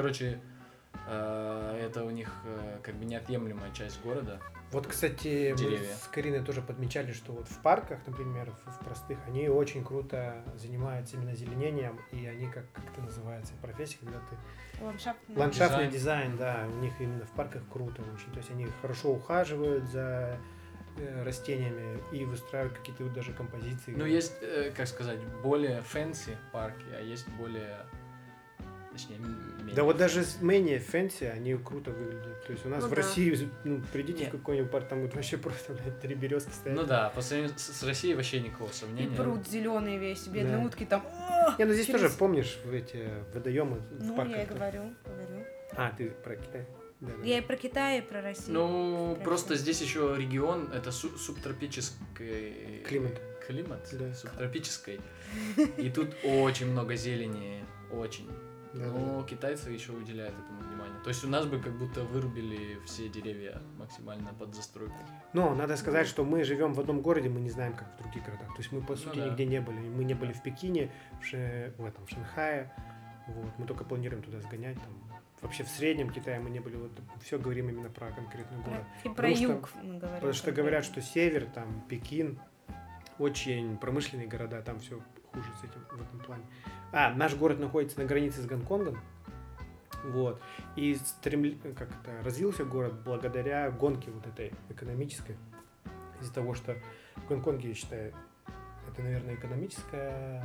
Это у них как бы неотъемлемая часть города. Вот, кстати, Деревья. мы с Кариной тоже подмечали, что вот в парках, например, в простых, они очень круто занимаются именно озеленением, и они, как это называется, профессия, когда ты... Ландшафтный дизайн, да, у них именно в парках круто очень. То есть они хорошо ухаживают за растениями и выстраивают какие-то даже композиции. Есть, более фэнси парки, а есть более... Точнее, менее. Да вот даже менее фэнси, они круто выглядят. То есть у нас Ну в да. России, придите Нет. в какой-нибудь парк, там вот вообще просто, блядь, 3 березки стоят. Ну да, по сравнению с Россией вообще никакого И сомнения. пруд зеленый весь, бедные Да. утки там. Не, ну здесь Через- тоже, помнишь, в эти водоемы в Ну, парках? я и там? говорю. А, ты про Китай? Да. Я и про Китай, и про Россию. Просто здесь еще регион, это субтропический Климат. Да. субтропический. И тут очень много зелени, очень. Да, Но китайцы еще уделяют этому внимание. То есть у нас бы как будто вырубили все деревья максимально под застройку. Но надо сказать, что мы живем в одном городе, мы не знаем, как в других городах. То есть мы, по сути, да. нигде не были. Мы не были в Пекине, в Шанхае. Вот. Мы только планируем туда сгонять. Там. Вообще в среднем Китае мы не были. Вот все говорим именно про конкретный город. И про Потому что- юг мы говорим. Потому что говорят, что север, там, Пекин, очень промышленные города, там все хуже с этим в этом плане. Наш город находится на границе с Гонконгом. Вот. И развился город благодаря гонке вот этой экономической. Из-за того, что в Гонконге, я считаю, это, наверное, экономическая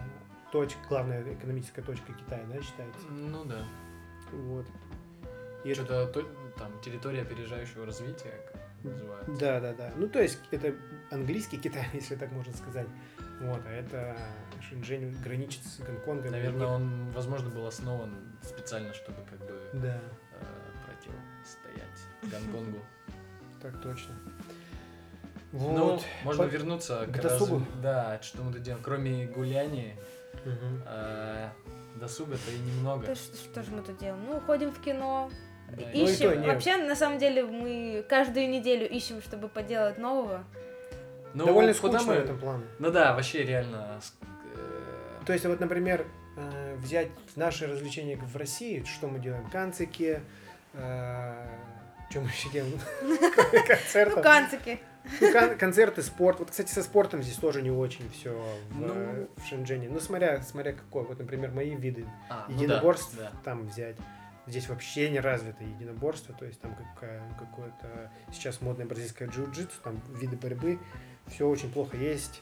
главная экономическая точка Китая, да, считается? Ну да. Вот. И это- Что-то там территория опережающего развития, как называют. Да. Ну, то есть, это английский Китай, если так можно сказать. Вот, а это Шэньчжэнь граничит с Гонконгом. Наверное, он, возможно, был основан специально, чтобы как бы Да, противостоять Гонконгу. так точно. Ну, Вот. можно вернуться к досугу. Да, что мы тут делаем. Кроме гуляния, Мгм. досуга-то и немного. То что же мы тут делаем? Ну, ходим в кино, Да, Ну, и ищем. то нет. Вообще, на самом деле, мы каждую неделю ищем, чтобы поделать нового. Ну, Довольно куда скучно в мы- этом плане. Ну да, вообще реально. То есть, вот, например, взять наши развлечения в России, что мы делаем? Канцики, что мы еще делаем? Ну, Концерты. канцики. Концерты, спорт. Вот, кстати, со спортом здесь тоже не очень все Ну. в Шэньчжэне. Ну, смотря какой. Вот, например, мои виды ну единоборств да, да. там взять. Здесь вообще не развито единоборство, то есть там какое-то сейчас модное бразильское джиу-джитсу, там виды борьбы, все очень плохо. Есть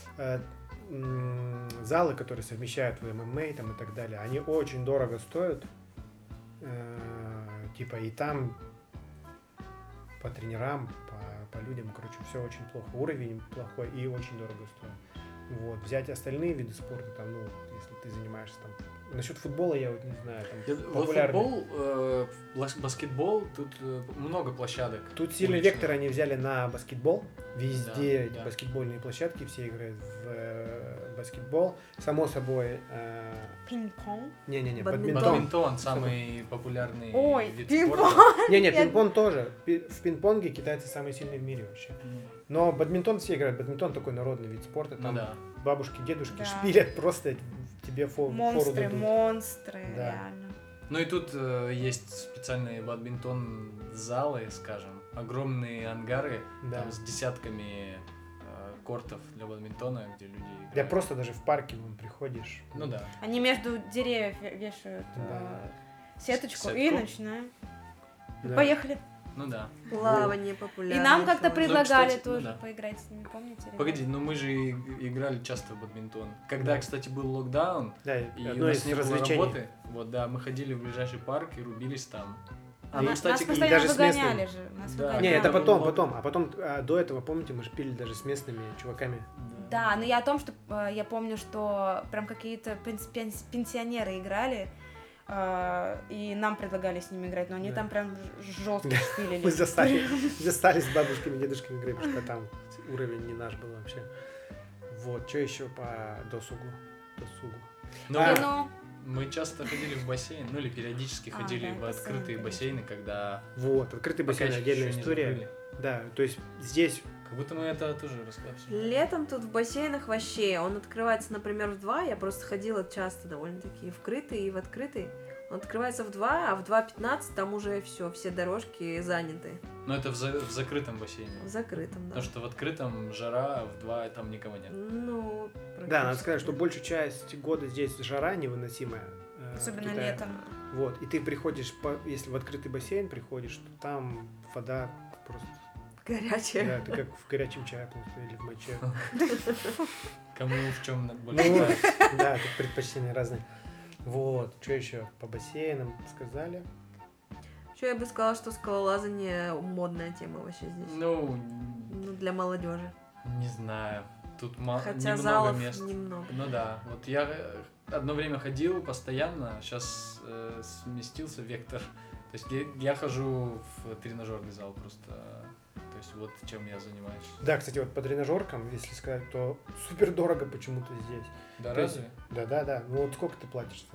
залы, которые совмещают в ММА там и так далее, они очень дорого стоят, типа и там по тренерам, по людям, короче, все очень плохо, уровень плохой и очень дорого стоит. Вот, взять остальные виды спорта, там, ну, если ты занимаешься там. Насчет футбола я вот не знаю, там Вот популярный. футбол, баскетбол, тут много площадок. Тут сильный уличных. вектор они взяли на баскетбол. Везде Да, эти да. баскетбольные площадки, все играют в баскетбол. Само собой, Пинг-понг. не-не-не, Бадминтон. Бадминтон самый популярный Ой, вид пинг-понг. спорта. Не-не, Я- пинг-понг тоже. В пинг-понге китайцы самые сильные в мире вообще. Но бадминтон все играют. Бадминтон такой народный вид спорта. Ну Там да. бабушки, дедушки Да. шпилят просто тебе фору Монстры, дадут. монстры, Да. реально. Ну и тут есть специальные бадминтон-залы, скажем, огромные ангары Да. там с десятками кортов для бадминтона, где люди играют. Да просто даже в парке вон приходишь. Ну да. Они между деревьев вешают Да. сеточку и Сетку. начинаем. Да. Поехали. Ну да. Плавание И популярно. нам как-то тоже. предлагали кстати, ну тоже да. поиграть с ними, помните? ребята? Погоди, ну мы же играли часто в бадминтон. Когда, Да. кстати, был локдаун, Да, и у одно нас из не было развлечений. работы, вот да, мы ходили в ближайший парк и рубились там. А И, нас кстати, и постоянно даже с выгоняли местными. же. Нас Да. выгоняли. Не, это Да. потом. А потом до этого, помните, мы шпили даже с местными чуваками. Да, но я о том, что я помню, что прям какие-то пенсионеры играли, и нам предлагали с ними играть, но они Да. там прям жестко Да. шпилили. Мы застали с бабушками, дедушками играть, потому что там уровень не наш был вообще. Вот, что еще по досугу? Ну, А, Кино. мы часто ходили в бассейн, ну или периодически А, ходили да, в бассейн, открытые конечно. бассейны, когда Вот, открытый бассейн, пока отдельная еще не история. закрыли. Да, то есть здесь, Как будто мы это тоже рассказывали. Летом тут в бассейнах вообще, он открывается, например, в 2, я просто ходила часто довольно-таки в крытый и в открытый. Он открывается в 2, а в 2:15 там уже все дорожки заняты. Но это в закрытом бассейне. В закрытом, да. Потому что в открытом жара, а в 2 там никого нет. Ну, да, надо практически. сказать, что большую часть года здесь жара невыносимая. в Особенно Китае. летом. Вот, и ты приходишь, если в открытый бассейн приходишь, то там вода просто, Горячая. да, ты как в горячем чае просто или в моче. Кому в чем больше Ну, нравится. да, тут предпочтения разные. Вот, что еще по бассейнам сказали? Еще я бы сказала, что скалолазание модная тема вообще здесь. Ну, Ну, для молодежи. не знаю. Тут Хотя немного залов мест. немного. Ну да, вот я одно время ходил постоянно, сейчас сместился вектор. То есть я хожу в тренажерный зал просто. То есть вот чем я занимаюсь. Да, кстати, вот по тренажеркам, если сказать, то супер дорого почему-то здесь. Да То есть- разве? Да. Ну вот сколько ты платишь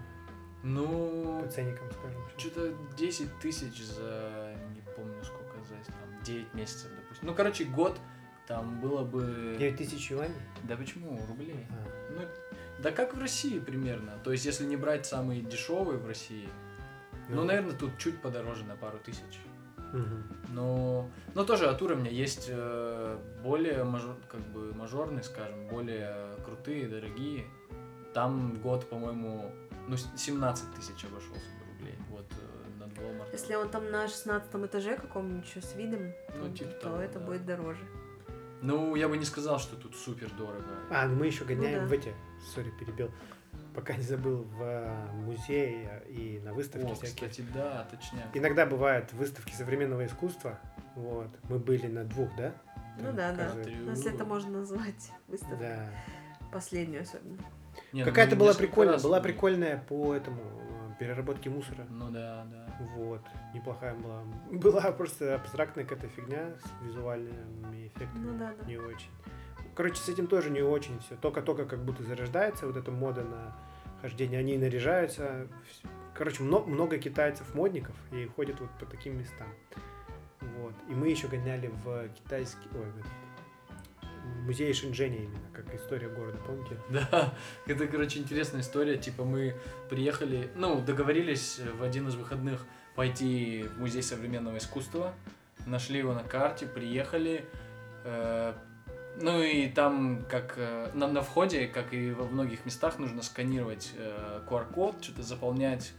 Ну, по ценникам, скажем? что-то 10 тысяч за, не помню сколько, за там 9 месяцев, допустим. Ну, короче, год там было бы... 9000 юаней? Да почему? Рублей. А, Ну, да как в России примерно. То есть, если не брать самые дешевые в России, ну, наверное, тут чуть подороже на пару тысяч. мгм. Но тоже от уровня есть более мажорные, скажем, более крутые, дорогие. Там год, по-моему, 17 тысяч обошелся бы рублей. Вот на Walmart. Если он там на 16 этаже каком-нибудь еще с видом, Ну, типа то того, это да. будет дороже. Ну, я бы не сказал, что тут супер дорого. А, ну мы еще гоняем да. в эти сори, перебил, пока не забыл, в музее и на выставке всякие. Кстати, да, точняк. Иногда бывают выставки современного искусства. Вот. Мы были на 2, да? Ну Там да. показывают. Если это можно назвать выставкой. Да. Последнюю особенно. Не, ну Какая-то мы была несколько прикольная, раз была были. прикольная по этому переработке мусора. Ну да. Вот, неплохая была. Была просто абстрактная какая-то фигня с визуальными эффектами. Ну да. Не очень. Короче, с этим тоже не очень все. Только как будто зарождается вот эта мода на хождение. Они наряжаются. Короче, много китайцев-модников и ходят вот по таким местам. Вот. И мы еще гоняли в китайский... Ой, в этот музей Шэньчжэня именно, как история города, помните? Да, это, короче, интересная история. Типа мы приехали, договорились в один из выходных пойти в музей современного искусства. Нашли его на карте, приехали. Ну и там, как нам на входе, как и во многих местах, нужно сканировать QR-код, что-то заполнять.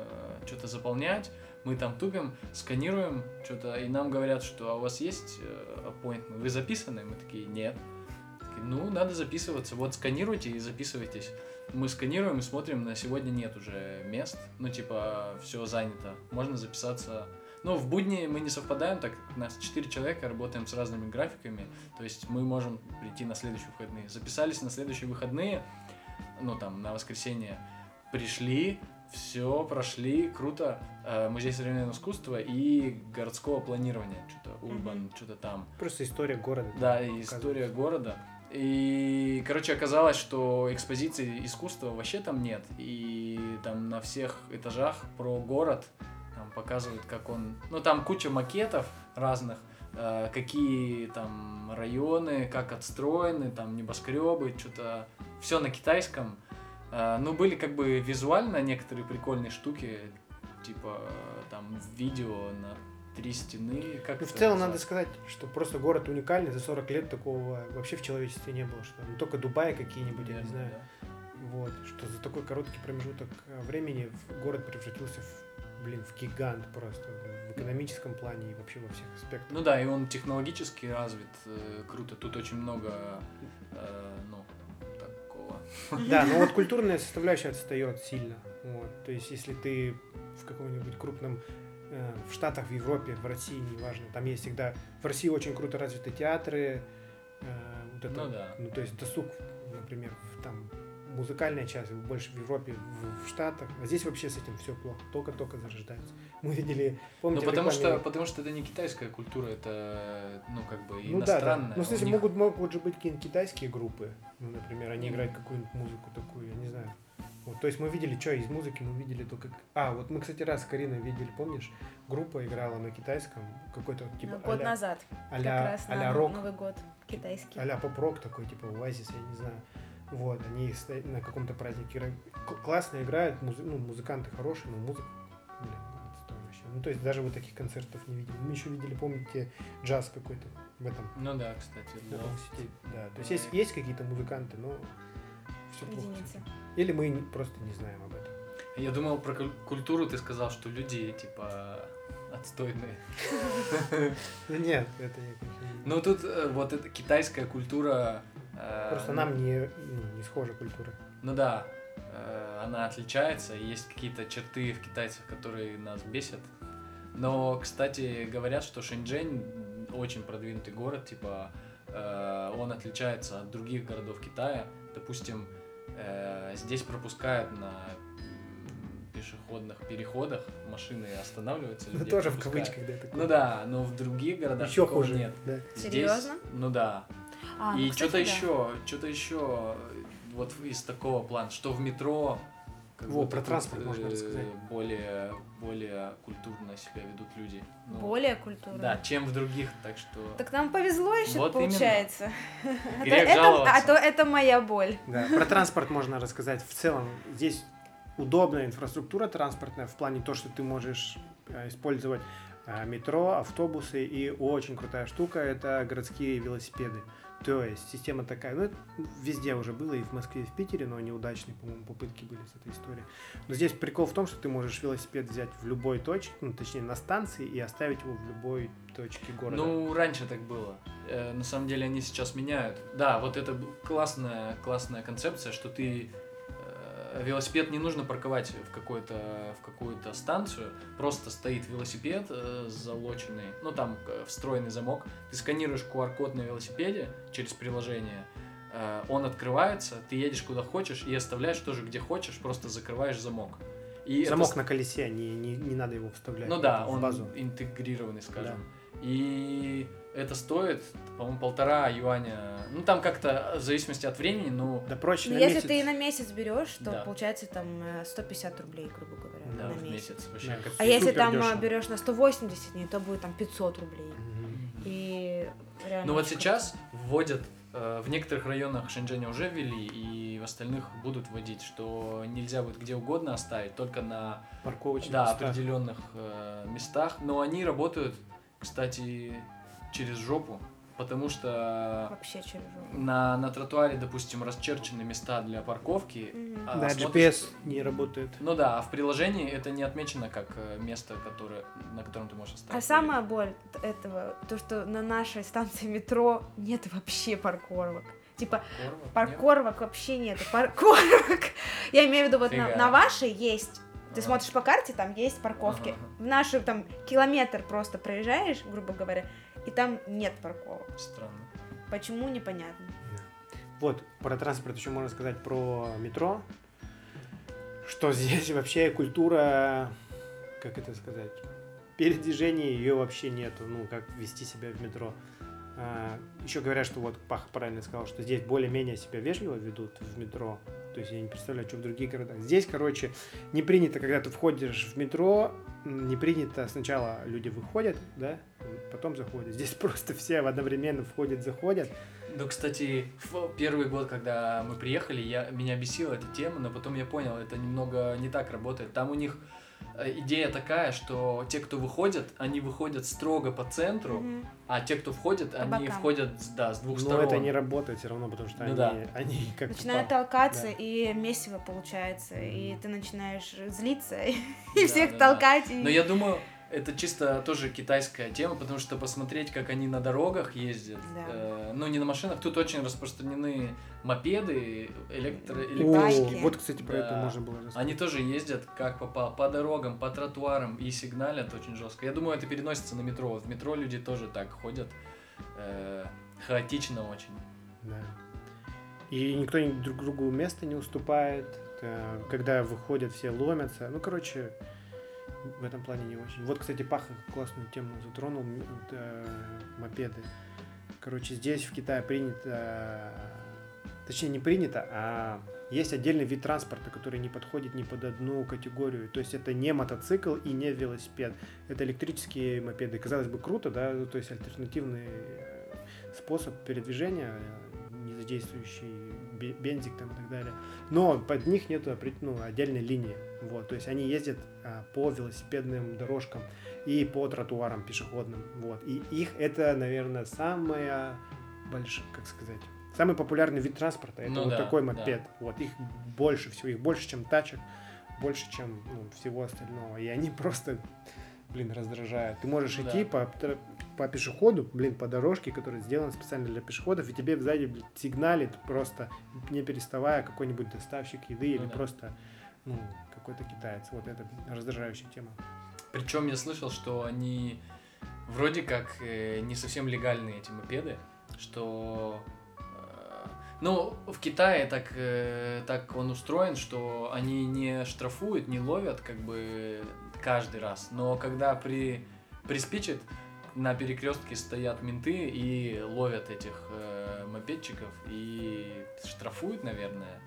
Мы там тупим, сканируем что-то, и нам говорят, что а у вас есть appointment, вы записаны? Мы такие, нет. Такие, ну, надо записываться, вот сканируйте и записывайтесь. Мы сканируем и смотрим, на сегодня нет уже мест, все занято, можно записаться. Ну, в будни мы не совпадаем, так у нас 4 человека, работаем с разными графиками, то есть мы можем прийти на следующие выходные. Записались на следующие выходные, на воскресенье, пришли, все, прошли, круто. Музей современного искусства и городского планирования, что-то урбан, что-то там. Просто история города. Да, и история города. И, короче, оказалось, что экспозиции искусства вообще там нет. И там на всех этажах про город там показывают, как он... Ну, там куча макетов разных, какие там районы, как отстроены, там небоскребы, что-то... Все на китайском. Были как бы визуально некоторые прикольные штуки, типа там видео на 3 стены. Как в целом надо сказать, что просто город уникальный, за 40 лет такого вообще в человечестве не было, что только Дубай какие-нибудь, я не знаю. Да. Вот, что за такой короткий промежуток времени город превратился в гигант просто в экономическом плане и вообще во всех аспектах. Ну да, и он технологически развит, круто. Тут очень много, такого. Да, но вот культурная составляющая отстает сильно. Вот. То есть, если ты в каком-нибудь крупном в Штатах, в Европе, в России, неважно, там есть всегда... В России очень круто развиты театры, то есть досуг, например, там музыкальная часть больше в Европе, в Штатах, а здесь вообще с этим все плохо, только-только зарождается. Мы видели, помните, потому что это не китайская культура, это, Да. иностранная. Ну, в смысле, могут же быть какие-нибудь китайские группы, например, они играют какую-нибудь музыку такую, я не знаю. Вот, то есть мы видели, что из музыки мы видели только... вот мы, кстати, раз с Кариной видели, помнишь, группа играла на китайском, какой-то типа год назад, как раз на рок, Новый год, китайский. а-ля поп-рок такой, типа Oasis, я не знаю. Вот, они на каком-то празднике играют. Классно играют, музыканты хорошие, но музыка, отстой вообще. Ну, то есть даже вот таких концертов не видели. Мы еще видели, помните, джаз какой-то в этом. Ну да, кстати. Да, то есть есть какие-то музыканты, но все плохо. Единицы. Или мы просто не знаем об этом. Я думал, про культуру ты сказал, что люди, типа, отстойные. Нет, это не... Ну, тут вот эта китайская культура... Просто нам не схожа культура. Ну да, она отличается, и есть какие-то черты в китайцах, которые нас бесят. Но, кстати, говорят, что Шэньчжэнь очень продвинутый город, типа, он отличается от других городов Китая. Допустим, здесь пропускают на пешеходных переходах, машины останавливаются, людей тоже в пропускают. кавычках, да, такое. Ну да, но в других городах еще такого хуже. нет. Да. Здесь, Серьезно? ну да. И кстати, что-то еще вот из такого плана, что в метро про транспорт можно рассказать. более культурно себя ведут люди. Ну, более культурно. Да, чем в других, так что... Так нам повезло еще, Вот получается. Грех жаловаться. Это моя боль. Да, про транспорт можно рассказать. В целом, здесь удобная инфраструктура транспортная в плане то, что ты можешь использовать метро, автобусы, и очень крутая штука — это городские велосипеды. То есть система такая, ну, это везде уже было, и в Москве, и в Питере, но неудачные, по-моему, попытки были с этой историей. Но здесь прикол в том, что ты можешь велосипед взять в любой точке, ну, точнее, на станции, и оставить его в любой точке города. Ну, раньше так было. На самом деле они сейчас меняют. Да, вот это классная концепция, что ты велосипед не нужно парковать в какую-то станцию, просто стоит велосипед залоченный, ну там встроенный замок, ты сканируешь QR-код на велосипеде через приложение, он открывается, ты едешь куда хочешь и оставляешь тоже где хочешь, просто закрываешь замок. И замок на колесе, не надо его вставлять в в базу. Он интегрированный, скажем. Да. И это стоит, по-моему, 1,5 юаня. Ну, там как-то в зависимости от времени, ну... Да проще на если месяц. ты на месяц берешь, то Да. получается там 150 рублей, грубо говоря, Да, на в месяц. месяц. Вообще, Да. как А если Супер там дешево. берешь на 180 дней, то будет там 500 рублей. Мгм. И реально Ну вот очень сейчас вводят, в некоторых районах Шэньчжэня уже ввели, и в остальных будут вводить, что нельзя будет где угодно оставить, только на Парковочных местах. определенных местах. Но они работают, кстати, через жопу, потому круто. что Вообще через жопу. на тротуаре, допустим, расчерчены места для парковки. Мгм. а Да, смотришь- GPS не работает. Ну да, а в приложении это не отмечено как место, на котором ты можешь оставить. А самая боль этого, то, что на нашей станции метро нет вообще парковок. Типа, Парковок? парковок вообще нет. Парковок. Я имею в виду, вот Фига. на вашей есть. Ты Ага. смотришь по карте, там есть парковки. Ага. В нашу там километр просто проезжаешь, грубо говоря, и там нет парковок. Нет? Странно. Почему, непонятно. Вот, про транспорт еще можно сказать про метро, что здесь вообще культура, как это сказать, передвижения ее вообще нету, ну, как вести себя в метро. Еще говорят, что вот Паха правильно сказал, что здесь более-менее себя вежливо ведут в метро. То есть я не представляю, что в других городах. Здесь, короче, не принято, когда ты входишь в метро, не принято сначала люди выходят, да, потом заходят. Здесь просто все одновременно входят, заходят. Ну, кстати, в первый год, когда мы приехали, меня бесила эта тема, но потом я понял, это немного не так работает. Там у них идея такая, что те, кто выходят, они выходят строго по центру, Мгм. а те, кто входят, По они бокам. входят, да, с двух Но сторон. это не работает все равно, потому что Ну они, да. они как Начинают попало. толкаться, Да. и месиво получается, и ты начинаешь злиться, и Да, всех да, да. толкать. и- Но я думаю, это чисто тоже китайская тема, потому что посмотреть, как они на дорогах ездят, Да. ну не на машинах, тут очень распространены мопеды, О, Байки. вот, кстати, про Да. это можно было рассказать. Они тоже ездят как попало, по дорогам, по тротуарам и сигналят очень жестко. Я думаю, это переносится на метро. Вот в метро люди тоже так ходят, хаотично очень. Да. И никто друг другу места не уступает. Когда выходят, все ломятся. Ну, короче, в этом плане не очень. Вот, кстати, Паха классную тему затронул, мопеды. Короче, здесь в Китае принято, точнее не принято, а есть отдельный вид транспорта, который не подходит ни под одну категорию. То есть это не мотоцикл и не велосипед. Это электрические мопеды. Казалось бы, круто, да, то есть альтернативный способ передвижения, не задействующий бензик там и так далее. Но под них нет отдельной линии. Вот, то есть они ездят по велосипедным дорожкам и по тротуарам пешеходным. Вот. И их это, наверное, самая большая, как сказать, самый популярный вид транспорта. Это Ну вот да, такой да. мопед. Вот их больше всего, их больше, чем тачек, больше, чем всего остального. И они просто, раздражают. Ты можешь Ну идти да. по пешеходу, по дорожке, которая сделана специально для пешеходов, и тебе сзади сигналит просто, не переставая, какой-нибудь доставщик еды или да. просто какой-то китаец. Вот это раздражающая тема. Причем я слышал, что они вроде как не совсем легальные эти мопеды, что ну, в Китае так он устроен, что они не штрафуют, не ловят как бы каждый раз, но когда приспичит, на перекрестке стоят менты и ловят этих мопедчиков и штрафуют, наверное.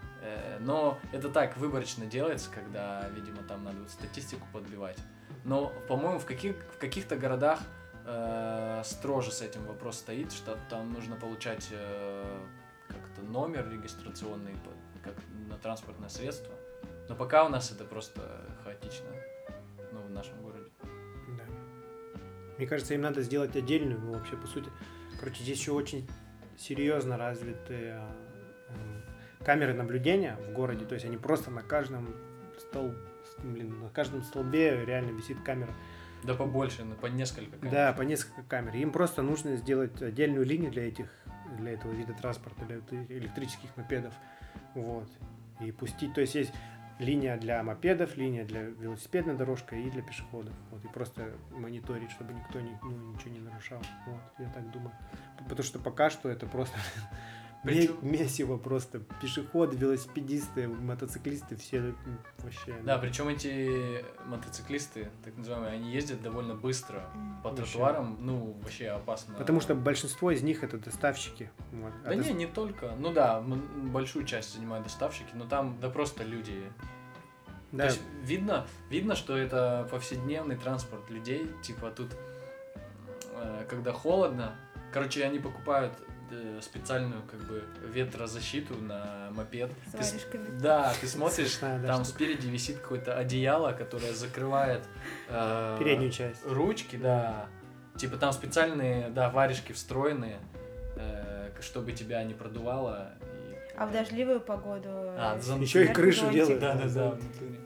Но это так выборочно делается, когда, видимо, там надо вот статистику подбивать. Но, по-моему, в каких-то городах строже с этим вопрос стоит, что там нужно получать как-то номер регистрационный как на транспортное средство. Но пока у нас это просто хаотично, в нашем городе. Да. Мне кажется, им надо сделать отдельную, вообще, по сути. Короче, здесь еще очень серьезно развитые камеры наблюдения в городе, то есть они просто на каждом на каждом столбе реально висит камера. Да побольше, по несколько камер. Да, по несколько камер. Им просто нужно сделать отдельную линию для этого вида транспорта, для электрических мопедов. Вот. И пустить, то есть есть линия для мопедов, линия для велосипедной дорожки и для пешеходов. Вот. И просто мониторить, чтобы никто ничего не нарушал. Вот. Я так думаю. Потому что пока что это просто месиво просто. Пешеходы, велосипедисты, мотоциклисты, все вообще. Да, причем эти мотоциклисты, так называемые, они ездят довольно быстро по тротуарам, ну, вообще опасно. Потому что большинство из них это доставщики. Вот. Да не только. Ну да, большую часть занимают доставщики, но там, да просто люди. Да. То есть видно, что это повседневный транспорт людей, типа тут, когда холодно, короче, они покупают специальную как бы ветрозащиту на мопед. С варежками. Да, ты смотришь, там спереди висит какое-то одеяло, которое закрывает переднюю часть. Ручки, да. Типа там специальные, да, варежки встроенные, чтобы тебя не продувало. А в дождливую погоду... Еще и крышу делают. Да.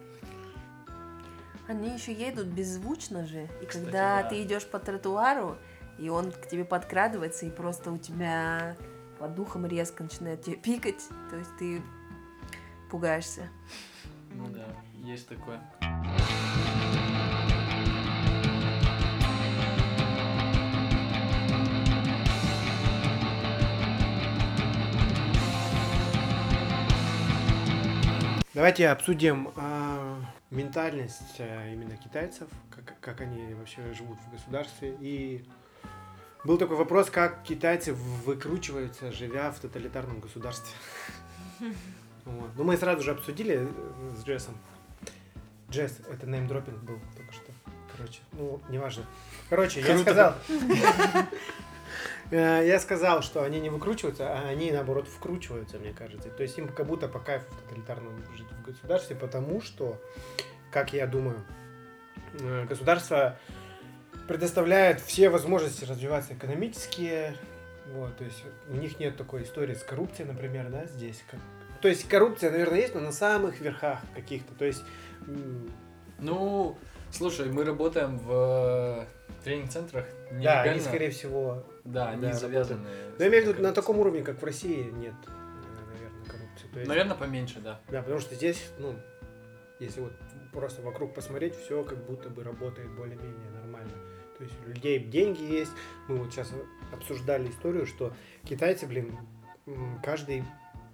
Они еще едут беззвучно же. И Кстати, когда да. ты идешь по тротуару, и он к тебе подкрадывается, и просто у тебя под духом резко начинает тебе пикать, то есть ты пугаешься. Ну да, есть такое. Давайте обсудим ментальность именно китайцев, как они вообще живут в государстве. И был такой вопрос, как китайцы выкручиваются, живя в тоталитарном государстве. Вот. Ну, мы сразу же обсудили с Джессом. Джесс, это неймдропинг был только что. Короче, ну, неважно. Короче, я сказал, что они не выкручиваются, а они, наоборот, вкручиваются, мне кажется. То есть им как будто по кайфу в тоталитарном жить в государстве, потому что, как я думаю, государство предоставляет все возможности развиваться экономически. Вот, то есть у них нет такой истории с коррупцией, например, да, здесь. То есть коррупция, наверное, есть, но на самых верхах каких-то. То есть... Ну, слушай, мы работаем в тренинг-центрах нелегально. Да, они, скорее всего... Да, они завязаны. Но я имею в виду, на таком уровне, как в России, нет, наверное, коррупции. То есть, наверное, поменьше, да. Да, потому что здесь, ну, если вот просто вокруг посмотреть, все как будто бы работает более-менее нормально. То есть у людей деньги есть. Мы вот сейчас обсуждали историю, что китайцы, каждый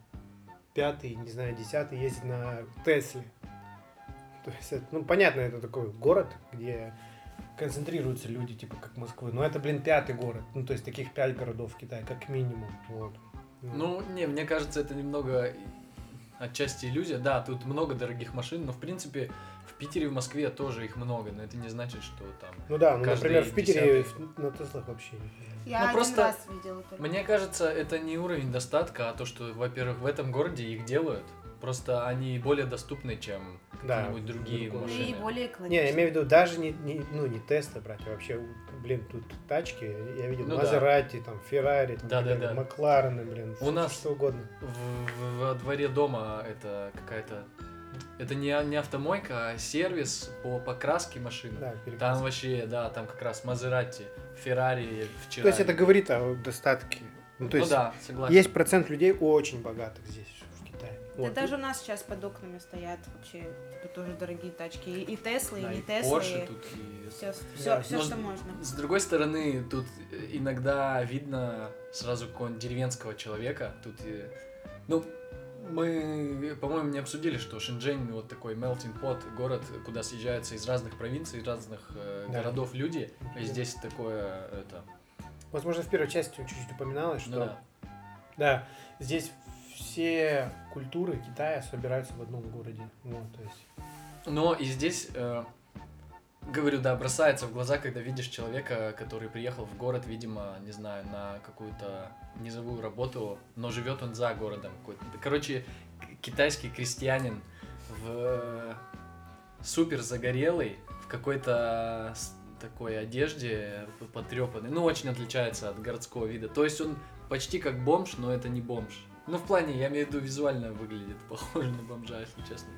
5-й, не знаю, 10-й ездит на Тесле. То есть, это, ну, понятно, это такой город, где концентрируются люди, типа, как Москвы. Но это, 5-й город. Ну, то есть, таких 5 городов в Китае, как минимум. Вот. Ну, не, мне кажется, это немного отчасти иллюзия. Да, тут много дорогих машин, но, в принципе, в Питере и в Москве тоже их много, но это не значит, что там... Ну да, например, в Питере 10-й. на Теслах вообще нет. Я Ну, один просто раз видела только. Мне кажется, это не уровень достатка, а то, что, во-первых, в этом городе их делают. Просто они более доступны, чем Да, какие-нибудь другие другой. машины. И более Не, экологично. я имею в виду, даже не Тесла брать, а вообще, тут тачки, я видел, Ну да. Мазерати, там, Феррари, Да. Макларены, У нас что угодно. Во дворе дома это какая-то... Это не автомойка, а сервис по покраске машины. Да, Там перекраска. вообще, да, там как раз Мазерати, Феррари вчера. То есть это говорит о достатке. Ну, то есть да, согласен. есть процент людей очень богатых здесь, в Китае. Да Вот. даже у нас сейчас под окнами стоят вообще типа, тоже дорогие тачки. И Теслы, Да, и и не Теслы. Porsche тут, и... Да. Все, Но что можно. С другой стороны, тут иногда видно сразу какого-нибудь деревенского человека. Тут, ну, мы, по-моему, не обсудили, что Шэньчжэнь вот такой melting pot, город, куда съезжаются из разных провинций, из разных Да. городов люди. И здесь такое, это... Возможно, в первой части чуть-чуть упоминалось, что Ну да. да, здесь все культуры Китая собираются в одном городе. Вот, то есть... Но и здесь, говорю, да, бросается в глаза, когда видишь человека, который приехал в город, видимо, не знаю, на какую-то низовую работу, но живет он за городом. Короче, китайский крестьянин супер загорелый, в какой-то такой одежде потрепанной. Ну, очень отличается от городского вида. То есть он почти как бомж, но это не бомж. Ну, в плане, я имею в виду, визуально выглядит похоже на бомжа, если честно.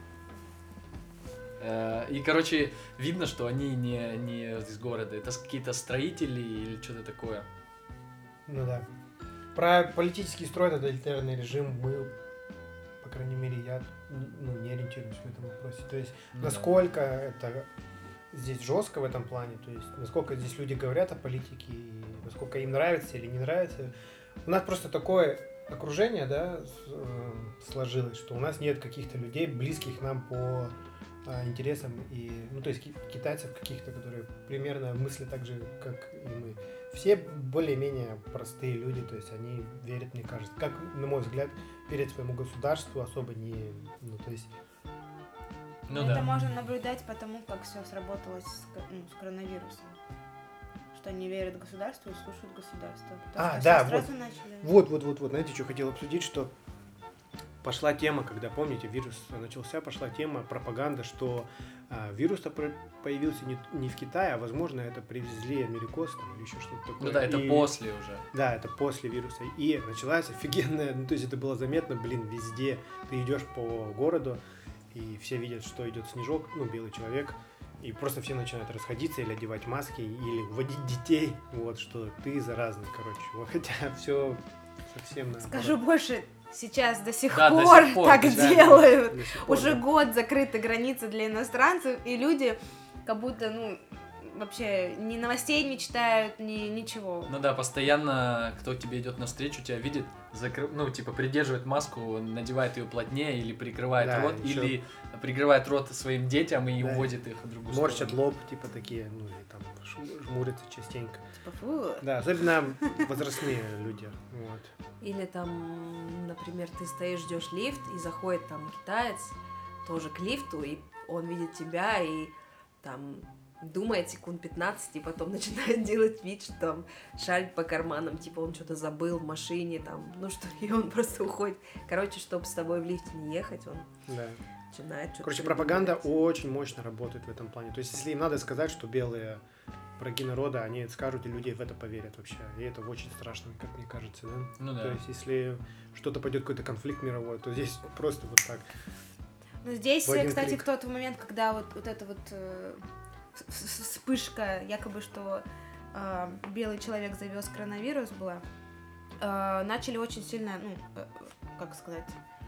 И, короче, видно, что они не из города. Это какие-то строители или что-то такое. Ну да. Про политический строй, тоталитарный режим мы, по крайней мере, я не ориентируюсь в этом вопросе. То есть, насколько это здесь жестко в этом плане, то есть, насколько здесь люди говорят о политике, и насколько им нравится или не нравится. У нас просто такое окружение, да, сложилось, что у нас нет каких-то людей, близких нам по интересам, и, ну, то есть китайцев каких-то, которые примерно мыслят так же, как и мы. Все более-менее простые люди, то есть они верят, мне кажется, как, на мой взгляд, верят своему государству, особо не, ну, то есть... Ну это да. можно наблюдать по тому, как все сработало с коронавирусом. Что они верят государству и слушают государство. Потому что да, все сразу начали... Вот, знаете, что хотел обсудить, что пошла тема, когда, помните, вирус начался, пошла тема, пропаганда, что вирус-то появился не в Китае, а, возможно, это привезли америкосы там, или еще что-то такое. Ну да, это после уже. Да, это после вируса. И началась офигенная, ну, то есть это было заметно, везде. Ты идешь по городу, и все видят, что идет снежок, ну, белый человек, и просто все начинают расходиться или одевать маски, или вводить детей, вот, что ты заразный, короче. Вот, хотя все совсем наоборот. Скажу больше, сейчас до сих Да, до пор сих пор, так да, делают. До сих пор, Уже да. год закрыты границы для иностранцев, и люди как будто, ну, вообще ни новостей не читают, ни ничего. Ну да, постоянно, кто тебе идет навстречу, тебя видит, ну, типа, придерживает маску, надевает ее плотнее, или прикрывает Да, рот, ещё- или прикрывает рот своим детям и Да. уводит их в другую Морщат сторону. лоб, типа такие, ну, и там жмурятся частенько. Типа, фу. Да, особенно возрастные люди, вот. Или там, например, ты стоишь, ждешь лифт, и заходит там китаец тоже к лифту, и он видит тебя, и там думает секунд 15, и потом начинает делать вид, что там шарит по карманам, типа он что-то забыл в машине, там, ну что, и он просто уходит. Короче, чтобы с тобой в лифте не ехать, он Да. начинает что-то Короче, придумывать. пропаганда очень мощно работает в этом плане. То есть, если им надо сказать, что белые враги народа, они это скажут, и люди в это поверят вообще. И это очень страшно, как мне кажется, да? Ну да. То есть, если что-то пойдет, какой-то конфликт мировой, то здесь просто вот так. Ну, здесь, В один кстати, клик. в тот момент, когда вот эта вот вспышка, якобы, что белый человек завез коронавирус была, начали очень сильно, ну, как сказать,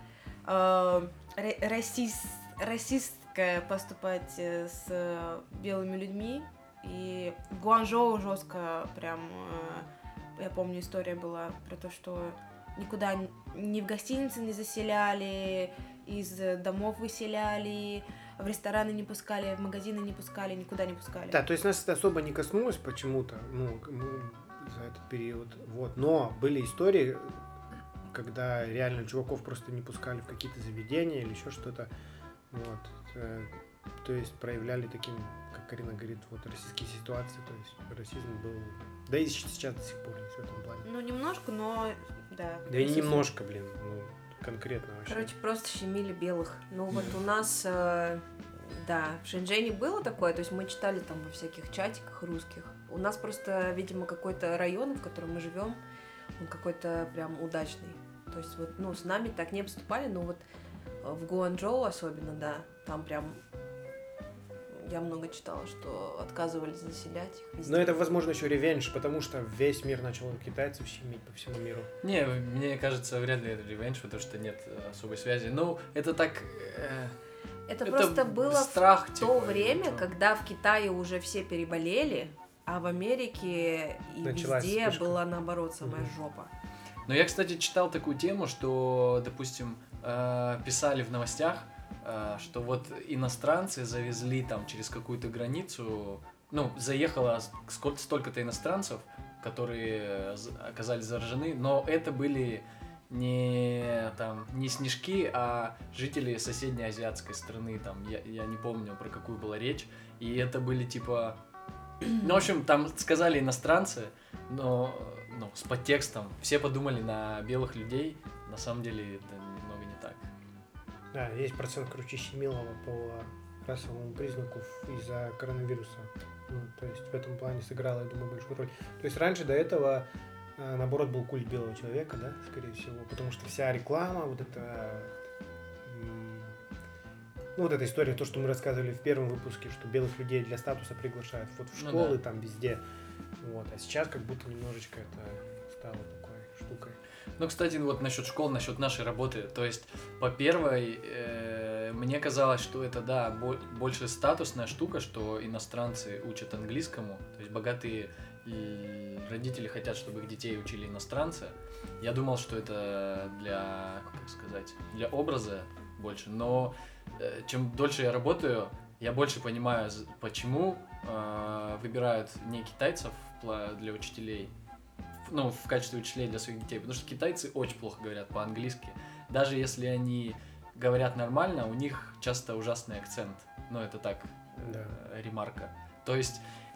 расистское поступать с белыми людьми. И в Гуанчжоу жестко прям, я помню, история была про то, что никуда ни в гостиницы не заселяли, из домов выселяли, в рестораны не пускали, в магазины не пускали, никуда не пускали. Да, то есть нас это особо не коснулось почему-то, ну, за этот период, вот. Но были истории, когда реально чуваков просто не пускали в какие-то заведения или еще что-то, вот. То есть проявляли таким, как Карина говорит, вот российские ситуации, то есть расизм был, да и сейчас до сих пор есть в этом плане. Ну, немножко, но да. Да и немножко, блин, ну, конкретно вообще. Короче, просто щемили белых. Ну вот у нас, да, в Шэньчжэне было такое, то есть мы читали там во всяких чатиках русских. У нас просто, видимо, какой-то район, в котором мы живем, он какой-то прям удачный. То есть вот, ну, с нами так не поступали, но вот в Гуанчжоу особенно, да, там прям я много читала, что отказывались заселять их везде. Но это, возможно, еще ревенж, потому что весь мир начал китайцев щемить по всему миру. Не, мне кажется, вряд ли это ревенж, потому что нет особой связи. Ну, это так... Это просто было страх, в типа, то или время, что? когда в Китае уже все переболели, а в Америке и Началась везде вспышка. была, наоборот, самая Мгм. жопа. Но я, кстати, читал такую тему, что, допустим, писали в новостях, что вот иностранцы завезли там через какую-то границу, ну, заехало столько-то иностранцев, которые оказались заражены, но это были не снежки, а жители соседней азиатской страны, там, я не помню, про какую была речь, и это были типа... Ну, в общем, там сказали иностранцы, но с подтекстом. Все подумали на белых людей, на самом деле это немного не так. Да, есть процент, короче, щемилова по расовому признаку из-за коронавируса. Ну, то есть в этом плане сыграла, я думаю, большую роль. То есть раньше до этого, наоборот, был культ белого человека, да, скорее всего, потому что вся реклама, вот это, ну, вот эта история, то, что мы рассказывали в первом выпуске, что белых людей для статуса приглашают вот в школы, Ну да. там везде. Вот. А сейчас как будто немножечко это стало такой штукой. Ну, кстати, вот насчет школ, насчет нашей работы. То есть, по первой, мне казалось, что это, да, больше статусная штука, что иностранцы учат английскому. То есть, богатые и родители хотят, чтобы их детей учили иностранцы. Я думал, что это для, как сказать, для образа больше. Но чем дольше я работаю, я больше понимаю, почему выбирают не китайцев для учителей, ну, в качестве учителей для своих детей, потому что китайцы очень плохо говорят по-английски. Даже если они говорят нормально, у них часто ужасный акцент. Ну, это так, ремарка. То есть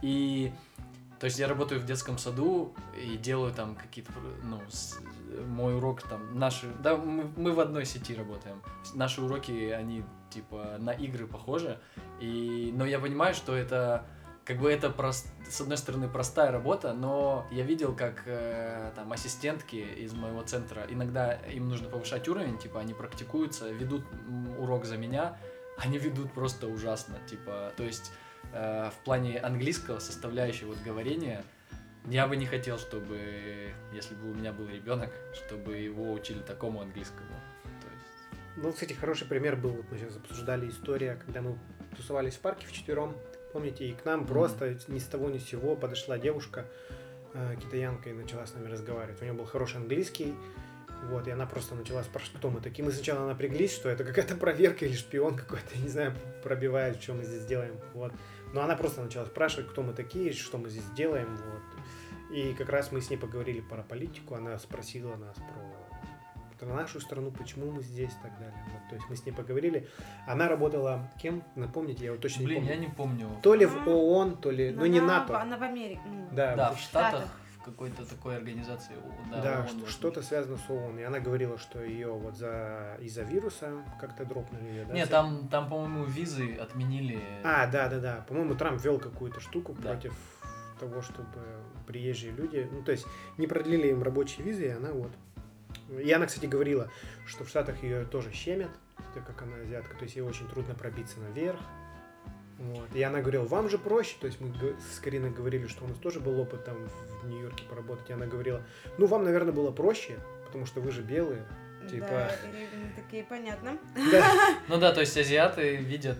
я работаю в детском саду и делаю там какие-то, ну, мой урок там, мы в одной сети работаем. Наши уроки, они типа на игры похожи, но я понимаю, что это как бы это с одной стороны простая работа, но я видел, как там ассистентки из моего центра, иногда им нужно повышать уровень, типа они практикуются, ведут урок за меня, они ведут просто ужасно, типа, то есть в плане английского составляющего вот говорения я бы не хотел, чтобы, если бы у меня был ребенок, чтобы его учили такому английскому. То есть... Ну, кстати, хороший пример был, вот мы сейчас обсуждали историю, когда мы тусовались в парке вчетвером. Помните, и к нам просто ни с того ни с сего подошла девушка, китаянка, и начала с нами разговаривать. У нее был хороший английский, вот, и она просто начала спрашивать, кто мы такие. Мы сначала напряглись, что это какая-то проверка или шпион какой-то, я не знаю, пробивает, что мы здесь делаем, вот. Но она просто начала спрашивать, кто мы такие, что мы здесь делаем, вот. И как раз мы с ней поговорили про политику, она спросила нас про нашу страну, почему мы здесь и так далее. Вот, то есть мы с ней поговорили. Она работала кем? Напомните, я вот точно не помню. я не помню. То ли в ООН, то ли... Ну, не НАТО. Она в Америке. Да, в Штатах, в какой-то такой организации. Да, что-то связано с ООН. И она говорила, что ее вот из-за вируса как-то дропнули ее, да? Нет, там, по-моему, визы отменили. Да. По-моему, Трамп ввел какую-то штуку против того, чтобы приезжие люди... Ну, то есть не продлили им рабочие визы, и она вот... И она, кстати, говорила, что в Штатах ее тоже щемят, так как она азиатка, то есть ей очень трудно пробиться наверх. Вот. И она говорила, вам же проще, то есть мы с Кариной говорили, что у нас тоже был опыт там в Нью-Йорке поработать, и она говорила, ну вам, наверное, было проще, потому что вы же белые. Типа... Да, или такие, понятно. Да. Ну да, то есть азиаты видят,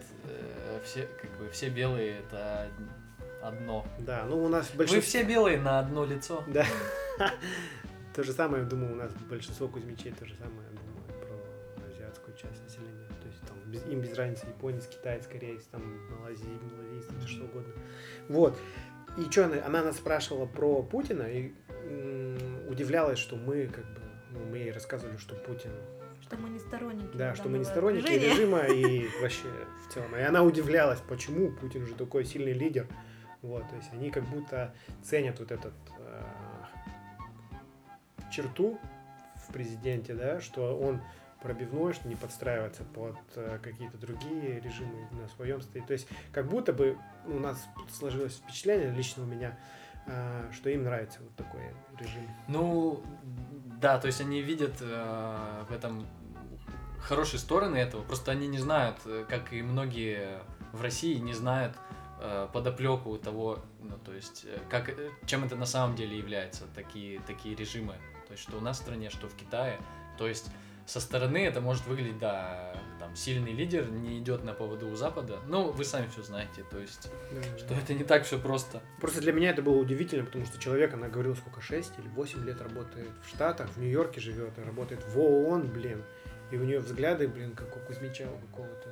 все белые это одно. Да, ну у нас Вы все белые на одно лицо. Да. То же самое, я думаю, у нас большинство кузьмичей то же самое, я думаю, про азиатскую часть населения. То есть там им без разницы японец, китаец, кореец, там малазиец, там что угодно. Вот. И что она нас спрашивала про Путина и удивлялась, что мы как бы, мы ей рассказывали, что Путин... Что мы не сторонники. Да, что мы не сторонники режима и вообще в целом. И она удивлялась, почему Путин уже такой сильный лидер. Вот, то есть они как будто ценят вот этот черту в президенте, да, что он пробивной, что не подстраивается под какие-то другие режимы, на своем стоит. То есть как будто бы у нас сложилось впечатление, лично у меня, что им нравится вот такой режим. Ну, да, то есть они видят в этом хорошие стороны этого, просто они не знают, как и многие в России не знают подоплеку того, ну, то есть, чем это на самом деле является, такие режимы. То есть, что у нас в стране, что в Китае. То есть, со стороны это может выглядеть, да, там, сильный лидер не идет на поводу у Запада. Ну, вы сами все знаете, то есть, что это не так все просто. Просто для меня это было удивительно, потому что человек, она говорила, сколько, 6 или 8 лет работает в Штатах, в Нью-Йорке живет, работает в ООН, блин. И у нее взгляды, блин, как у Кузьмича какого-то.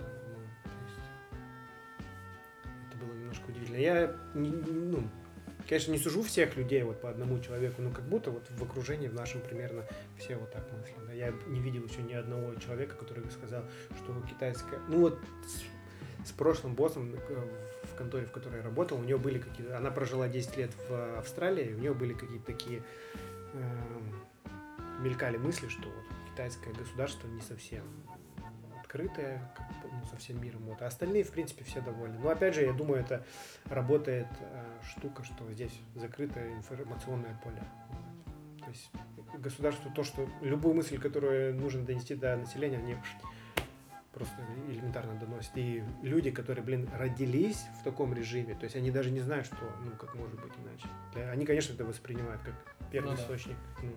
Это было немножко удивительно. Я, конечно, не сужу всех людей вот по одному человеку, но как будто вот в окружении в нашем примерно все вот так мыслят. Да? Я не видел еще ни одного человека, который бы сказал, что китайская... Ну вот с прошлым боссом в конторе, в которой я работал, у нее были какие-то... Она прожила 10 лет в Австралии, и у нее были какие-то такие... мелькали мысли, что вот китайское государство не совсем открытая как бы, ну, со всем миром. Вот. А остальные, в принципе, все довольны. Но опять же, я думаю, это работает штука, что здесь закрытое информационное поле. Вот. То есть государство то, что любую мысль, которую нужно донести до населения, они просто элементарно доносят. И люди, которые, родились в таком режиме, то есть они даже не знают, что, как может быть иначе. Они, конечно, это воспринимают как первый источник.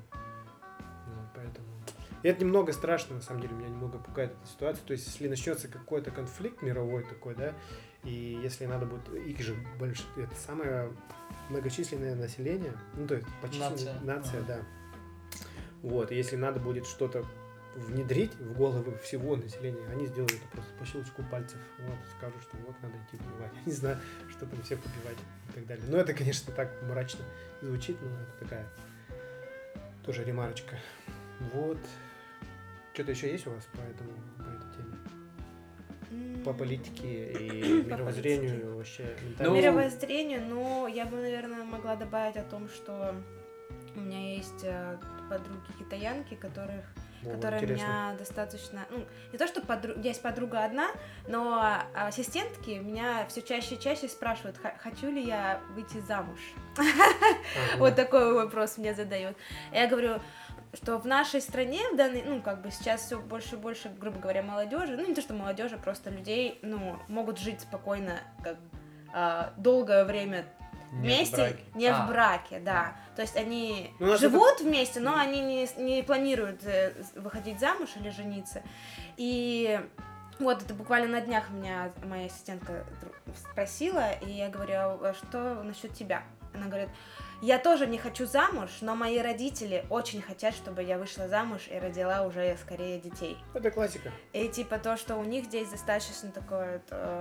Поэтому... И это немного страшно, на самом деле, меня немного пугает эта ситуация. То есть, если начнется какой-то конфликт мировой такой, да, и если надо будет, их же больше, это самое многочисленное население, то есть нация, да. Вот, и если надо будет что-то внедрить в головы всего населения, они сделают это просто по щелчку пальцев, вот, скажут, что вот надо идти убивать, я не знаю, что там всех убивать и так далее. Но это, конечно, так мрачно звучит, но это такая тоже ремарочка. Вот. Что-то еще есть у вас по этой теме? По политике и мировоззрению вообще? Мировоззрению, я бы, наверное, могла добавить о том, что у меня есть подруги китаянки, которые меня достаточно... не то, что есть подруга одна, но ассистентки меня все чаще и чаще спрашивают, хочу ли я выйти замуж. Вот такой вопрос мне задают. Я говорю, что в нашей стране, в данной, сейчас все больше и больше, грубо говоря, молодежи, не то, что молодежи, просто людей, могут жить спокойно, долгое время вместе, в браке, да. То есть они живут вместе, но они не планируют выходить замуж или жениться. И вот это буквально на днях меня моя ассистентка спросила, и я говорю, а что насчет тебя? Она говорит, я тоже не хочу замуж, но мои родители очень хотят, чтобы я вышла замуж и родила уже скорее детей. Это классика. И то, что у них здесь достаточно такое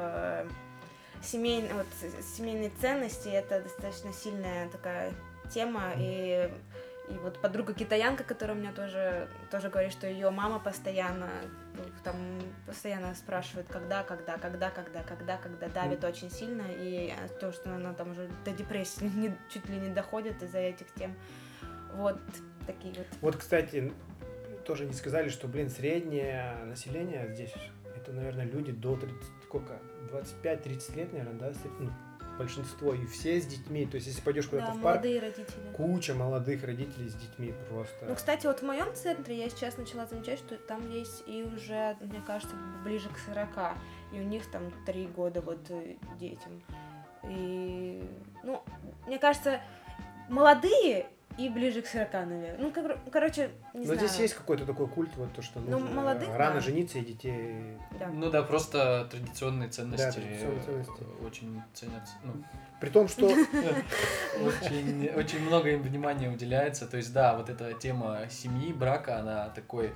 семейные ценности, это достаточно сильная такая тема, и вот подруга китаянка, которая у меня тоже говорит, что ее мама постоянно спрашивает, когда, давит очень сильно, и то, что она там уже до депрессии чуть ли не доходит из-за этих тем. Вот такие вот. Вот, кстати, тоже не сказали, что, среднее население здесь, это, наверное, люди до 25-30 лет, наверное, да, большинство, и все с детьми, то есть если пойдешь куда-то в парк, родители. Куча молодых родителей с детьми просто. Кстати, вот в моем центре я сейчас начала замечать, что там есть и уже, мне кажется, ближе к 40, и у них там 3 года детям. И, мне кажется, молодые и ближе к 40, наверное. Не знаю. Но здесь есть какой-то такой культ, то, что нужно молодых, рано жениться и детей... Да. Просто традиционные ценности, очень ценятся. При том, что... Очень много им внимания уделяется. То есть, да, вот эта тема семьи, брака, она такой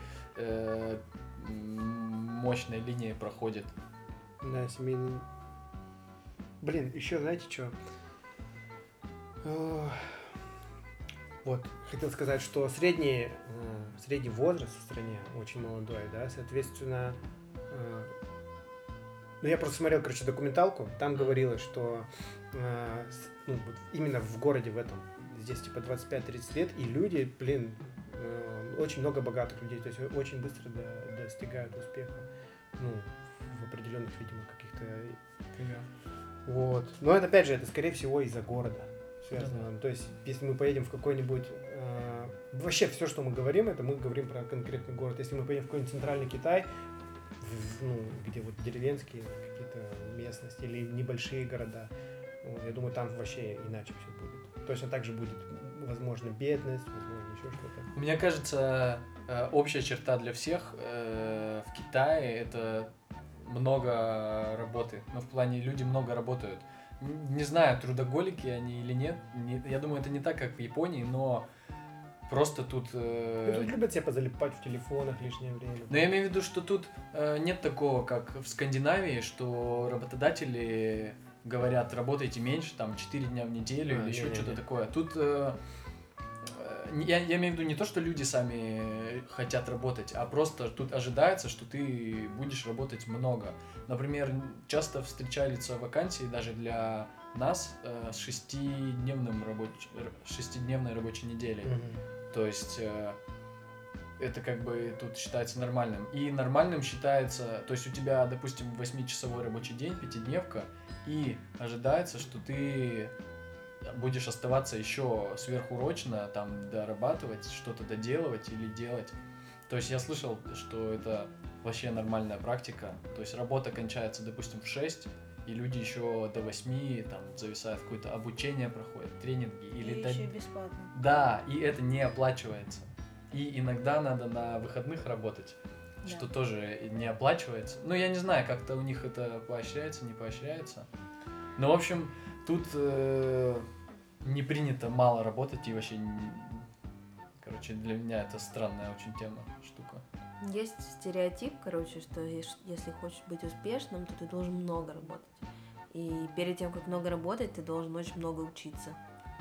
мощной линией проходит. Да, семейный... еще знаете что? Вот, хотел сказать, что средний возраст в стране очень молодой, да, соответственно, я просто смотрел, документалку, там говорилось, что именно в городе в этом, здесь 25-30 лет, и люди, очень много богатых людей, то есть очень быстро достигают успеха, в определенных, видимо, каких-то... Вот, но это, опять же, это, скорее всего, из-за города. Связано. То есть, если мы поедем в какой-нибудь... вообще, все, что мы говорим, это мы говорим про конкретный город. Если мы поедем в какой-нибудь центральный Китай, где деревенские какие-то местности или небольшие города, я думаю, там вообще иначе все будет. Точно так же будет, возможно, бедность, возможно, еще что-то. Мне кажется, общая черта для всех в Китае — это много работы. В плане люди много работают. Не знаю, трудоголики они или нет. Я думаю, это не так, как в Японии, но просто тут... Тут любят себя позалипать в телефонах лишнее время. Но я имею в виду, что тут нет такого, как в Скандинавии, что работодатели говорят, работайте меньше, 4 дня в неделю или еще что-то такое. Тут... Я имею в виду не то, что люди сами хотят работать, а просто тут ожидается, что ты будешь работать много. Например, часто встречаются вакансии даже для нас с 6-дневной рабочей неделей. То есть это как бы тут считается нормальным. И нормальным считается, то есть у тебя, допустим, 8-часовой рабочий день, 5-дневка, и ожидается, что ты будешь оставаться еще сверхурочно, там, дорабатывать, что-то доделывать или делать. То есть я слышал, что это вообще нормальная практика. То есть работа кончается, допустим, в 6, и люди еще до 8 там зависают, какое-то обучение проходят, тренинги. Или еще и бесплатно. Да, и это не оплачивается. И иногда надо на выходных работать, Да. что тоже не оплачивается. Ну, я не знаю, как-то у них это поощряется, не поощряется. Но, в общем, тут не принято мало работать и вообще... Короче, для меня это странная очень тема, штука. Есть стереотип, короче, что если хочешь быть успешным, то ты должен много работать. И перед тем, как много работать, ты должен очень много учиться.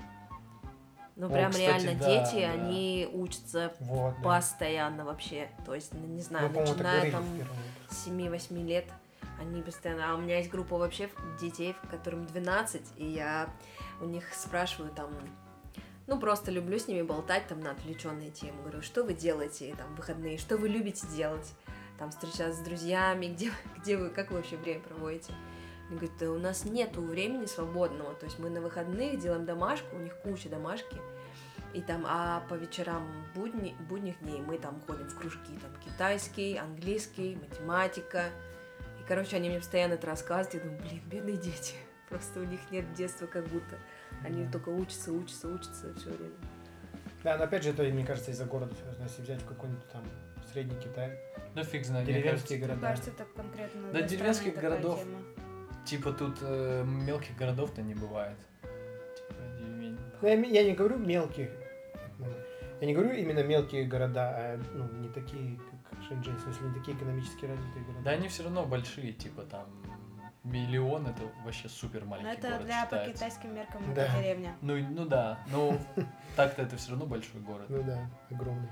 Ну, прям кстати, реально, да, дети, да. они учатся Вот, да. постоянно вообще. То есть, не знаю, Мы, по-моему, так начиная говорили там в первом выпуске. с 7-8 лет, они постоянно... А у меня есть группа вообще детей, которым 12, и я у них спрашиваю там... Ну, просто люблю с ними болтать там на отвлеченные темы. Говорю, что вы делаете там в выходные, что вы любите делать? Там встречаться с друзьями, где вы, как вы вообще время проводите? Они говорят, да у нас нету времени свободного, то есть мы на выходных делаем домашку, у них куча домашки, и там, а по вечерам будних дней мы там ходим в кружки, там китайский, английский, математика, и, короче, они мне постоянно это рассказывают, я думаю, блин, бедные дети, просто у них нет детства как будто. Они только учатся все время. Да, но опять же, это, мне кажется, из-за города связано. Если взять какой-нибудь там средний Китай, Ну, фиг знает. мне деревенские кажется, Мне города. кажется, это конкретно Да, для страны деревенских такая городов. тема. Типа тут мелких городов-то не бывает. Типа деревень. Ну, я не говорю мелких, я не говорю именно мелкие города, а ну, не такие, как Шэньчжэнь, в смысле, не такие экономически развитые города. Да, они все равно большие, типа там миллион, это вообще супер Но маленький это город для по считается. китайским меркам Да. это деревня. Ну да, но так-то это все равно большой город. Ну да, огромный.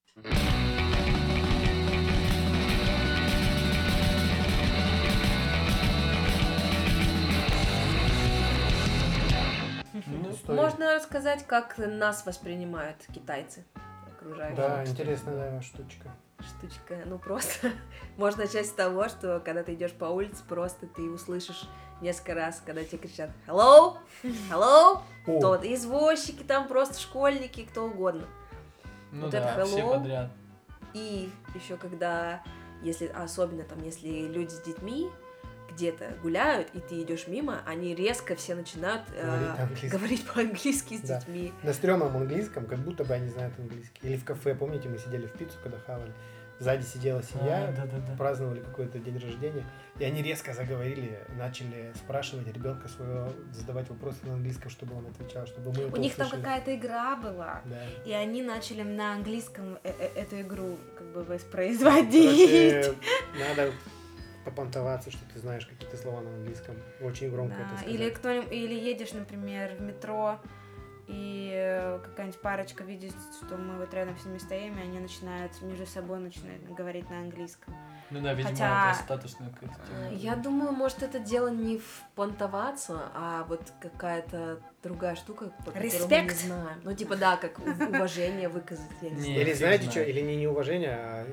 Ну, История. Можно рассказать, как нас воспринимают китайцы, окружающие. Да, кстати. интересная да, штучка. Штучка, ну просто можно начать с того, что когда ты идешь по улице, просто ты услышишь несколько раз, когда тебе кричат «Hello! Hello!» О, То извозчики, там просто школьники, кто угодно. Ну вот да, это все hello. подряд. И еще когда, если, особенно там, если люди с детьми где-то гуляют, и ты идешь мимо, они резко все начинают Говорить по-английски. говорить по-английски с Да. детьми. на стрёмном английском, как будто бы они знают английский. Или в кафе, помните, мы сидели в пиццу, когда хавали. Сзади сидела семья, Да. праздновали какой-то день рождения, и они резко заговорили, начали спрашивать ребенка своего, задавать вопросы на английском, чтобы он отвечал, чтобы мы это У них там услышали. какая-то игра была, Да. и они начали на английском эту игру как бы воспроизводить. Короче, надо попонтоваться, что ты знаешь какие-то слова на английском. Очень громко это Да, сказать. или едешь, например, в метро, и какая-нибудь парочка видит, что мы вот рядом с ними стоим, и они начинают между собой начинают говорить на английском. Ну да, видимо, Хотя- это статусная какая-то тема. Я думаю, может, это дело не в понтоваться, а вот какая-то другая штука, по которой мы не Респект. знаем. Ну, типа, да, как уважение выказать, я не Не. знаю. Или фиг знаете знает. что, или не неуважение, а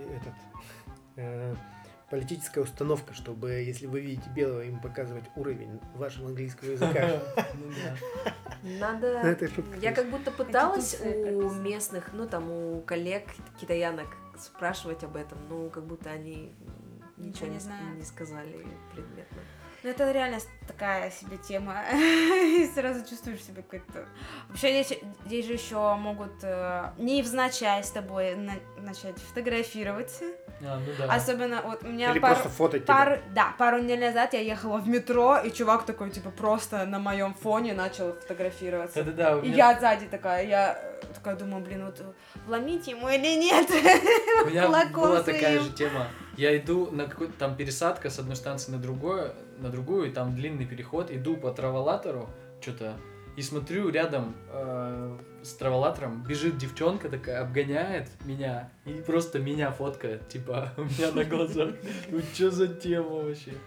политическая установка, чтобы, если вы видите белого, им показывать уровень вашего английского языка. Ну да. Надо... Это шутка. Я как будто пыталась Конституция у прописана. местных, ну, там, у коллег китаянок спрашивать об этом, ну, как будто они Ничего не не знают. сказали предметно. Ну, это реально такая себе тема. И сразу чувствуешь себя как-то... Вообще, здесь же еще могут невзначай с тобой начать фотографировать. А, ну да. Особенно вот у меня Или просто фотать тебя. пару недель назад я ехала в метро, и чувак такой, типа, просто на моем фоне начал фотографироваться. Да-да-да. у И меня- я сзади такая думаю, блин, вот вломить ему или нет? У меня кулаком была такая своим. же тема. Я иду на какую-то там пересадка с одной станции на другую, и там длинный переход, иду по траволатору, что-то, и смотрю, рядом с траволатором бежит девчонка такая, обгоняет меня, и просто меня фоткает, типа, у меня на глазах. Ну, что за тема вообще?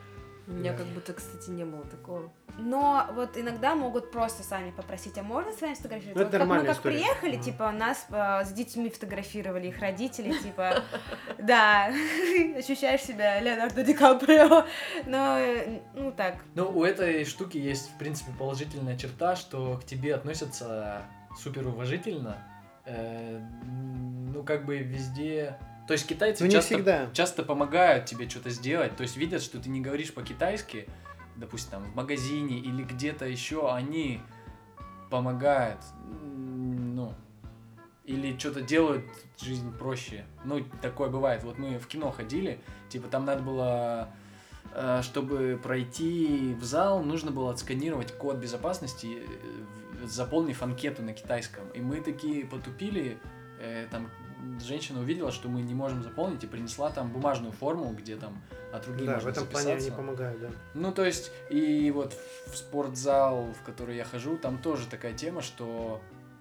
У меня Да. как будто, кстати, не было такого. Но вот иногда могут просто сами попросить, а можно с вами сфотографироваться? Ну, это Вот как мы нормальная как история. приехали, типа, нас с детьми фотографировали, их родители, типа, да, ощущаешь себя Леонардо Ди Каприо, но, ну, так. Ну, у этой штуки есть, в принципе, положительная черта, что к тебе относятся супер уважительно. Ну, как бы везде... То есть китайцы Ну, не всегда. часто помогают тебе что-то сделать. То есть видят, что ты не говоришь по-китайски, допустим, там, в магазине или где-то еще, они помогают, ну, или что-то делают жизнь проще. Ну, такое бывает. Вот мы в кино ходили, типа там надо было, чтобы пройти в зал, нужно было отсканировать код безопасности, заполнив анкету на китайском. И мы такие потупили, там женщина увидела, что мы не можем заполнить, и принесла там бумажную форму, где там от руки Да, в можно этом плане они записаться. помогают, да. Ну, то есть, и вот в спортзал, в который я хожу, там тоже такая тема, что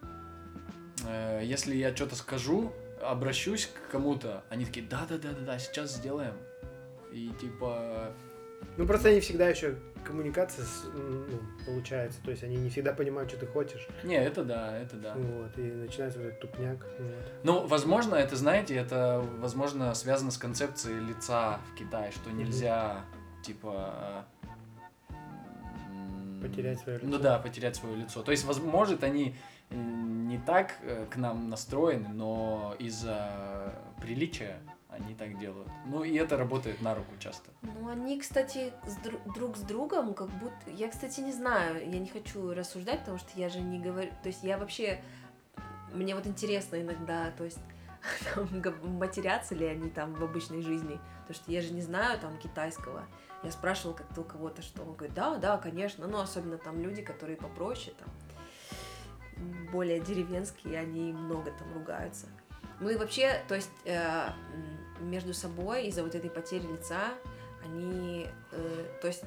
если я что-то скажу, обращусь к кому-то, они такие, да, сейчас сделаем. И типа... Ну, просто не всегда еще коммуникация получается, то есть они не всегда понимают, что ты хочешь. Не, это да. Вот, и начинается вот этот тупняк. Вот. Ну, возможно, это, знаете, это, возможно, связано с концепцией лица в Китае, что нельзя, типа... Потерять свое лицо. Ну да, потерять свое лицо. То есть, может, они не так к нам настроены, но из-за приличия они так делают. Ну, и это работает на руку часто. Ну, они, кстати, друг с другом как будто... Я, кстати, не знаю, я не хочу рассуждать, потому что я же не говорю... То есть я вообще... Мне вот интересно иногда, то есть там, матерятся ли они там в обычной жизни, потому что я же не знаю там китайского. Я спрашивала как-то у кого-то, что он говорит, да, конечно, ну, особенно там люди, которые попроще, там, более деревенские, они много там ругаются. Ну и вообще, то есть между собой из-за вот этой потери лица они, то есть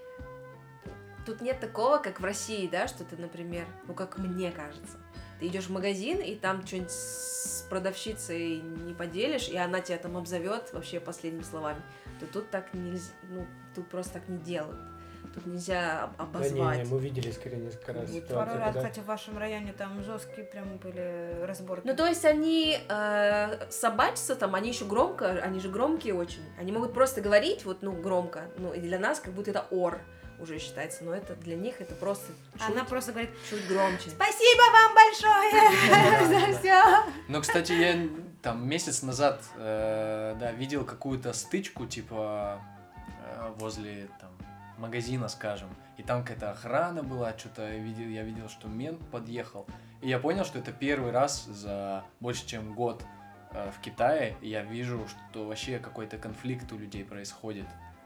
тут нет такого, как в России, да, что ты, например, ну как мне кажется, ты идешь в магазин и там что-нибудь с продавщицей не поделишь, и она тебя там обзовет вообще последними словами, то тут так нельзя, ну тут просто так не делают. Тут нельзя обозвать. Да не, мы видели скорее несколько раз Вот ситуацию, Пару раз, когда- кстати, в вашем районе там жесткие прям были разборки. Ну, то есть они собачатся там, они еще громко, они же громкие очень. Они могут просто говорить вот, ну, громко. Ну, и для нас как будто это ор уже считается, но это для них это просто чуть, Она просто говорит, чуть громче. спасибо вам большое за все. Но, кстати, я там месяц назад, да, видел какую-то стычку, типа, возле там магазина, скажем, и там какая-то охрана была, что-то я видел, что мент подъехал, и я понял, что это первый раз за больше чем год в Китае я вижу, что вообще какой-то конфликт у людей происходит.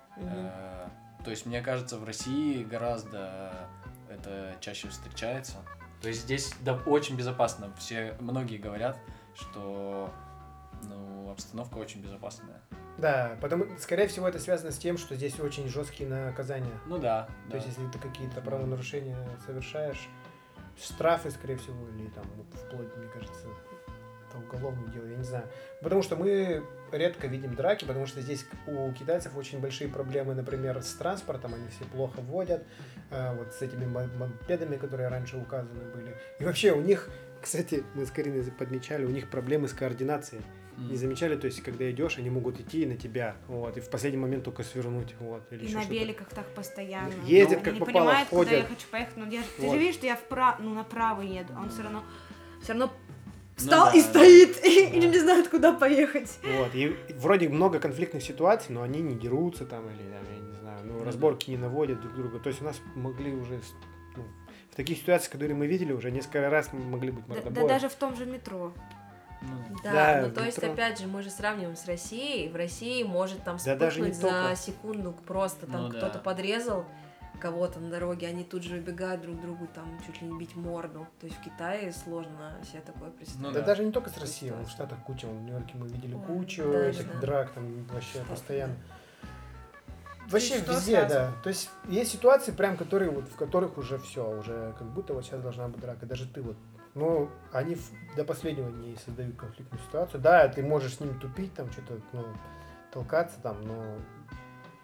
То есть, мне кажется, в России гораздо это чаще встречается. То есть здесь да, очень безопасно. Многие говорят, что ну, обстановка очень безопасная. Да, потому, скорее всего, это связано с тем, что здесь очень жесткие наказания. Ну да. То есть, если ты какие-то правонарушения совершаешь, штрафы, скорее всего, или там вот, вплоть, мне кажется, до уголовных дел, я не знаю. Потому что мы редко видим драки, потому что здесь у китайцев очень большие проблемы, например, с транспортом, они все плохо водят, вот с этими мопедами, которые раньше указаны были. И вообще у них, кстати, мы с Кариной подмечали, у них проблемы с координацией. Не замечали, то есть, когда идешь, они могут идти на тебя, вот, и в последний момент только свернуть, вот, или И еще на что-то. великах так постоянно. Ездят, Они как не попало, понимают, куда ходят. я хочу поехать, но ты Вот. же видишь, что я направо еду, а он все равно Ну встал да, и да. стоит, и не знает, куда поехать. Вот, и вроде много конфликтных ситуаций, но они не дерутся там, или, там, я не знаю, ну, разборки не наводят друг друга. То есть у нас могли уже, ну, в таких ситуациях, которые мы видели, уже несколько раз могли быть Да мордобои. даже в том же метро. Ну, Да, Да, ну в то есть, метро. опять же, мы же сравниваем с Россией. В России может там Да даже не вспыхнуть за только. секунду просто там Ну да. кто-то подрезал кого-то на дороге, они тут же убегают друг другу, там чуть ли не бить морду. То есть в Китае сложно себе такое представить. Ну Да, да. даже не только с Россией, в Штатах куча, в Нью-Йорке мы видели Ой, кучу да, этих да. драк, там вообще Что-то, постоянно. да. Вообще что везде, сразу? да. То есть есть ситуации, прям, которые вот, в которых уже все, уже как будто вот сейчас должна быть драка. Даже ты вот. Но они до последнего не создают конфликтную ситуацию. Да, ты можешь с ними тупить, там что-то, ну, толкаться там, но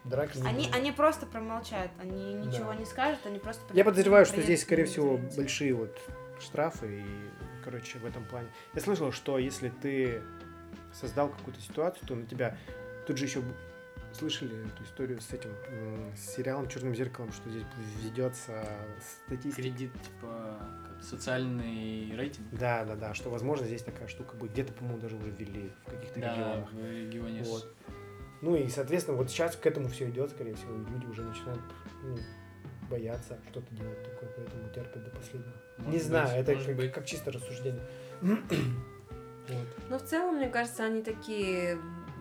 драки не будет. Они просто промолчат, они ничего Да. не скажут, они просто... Я подозреваю, что приедут здесь, скорее и всего, извинятся. большие вот штрафы и, короче, в этом плане. Я слышал, что если ты создал какую-то ситуацию, то на тебя тут же еще слышали эту историю с этим с сериалом «Черным зеркалом», что здесь ведется статистика. Кредит, типа, как социальный рейтинг. Да, что, возможно, здесь такая штука будет. Где-то, по-моему, даже уже ввели в каких-то Да, регионах. в регионе. Вот. Ну и, соответственно, вот сейчас к этому все идет, скорее всего, и люди уже начинают бояться что-то делать такое, поэтому терпят до последнего. Может Не знаю, быть, это может быть. как чисто рассуждение. Вот. Но в целом, мне кажется, они такие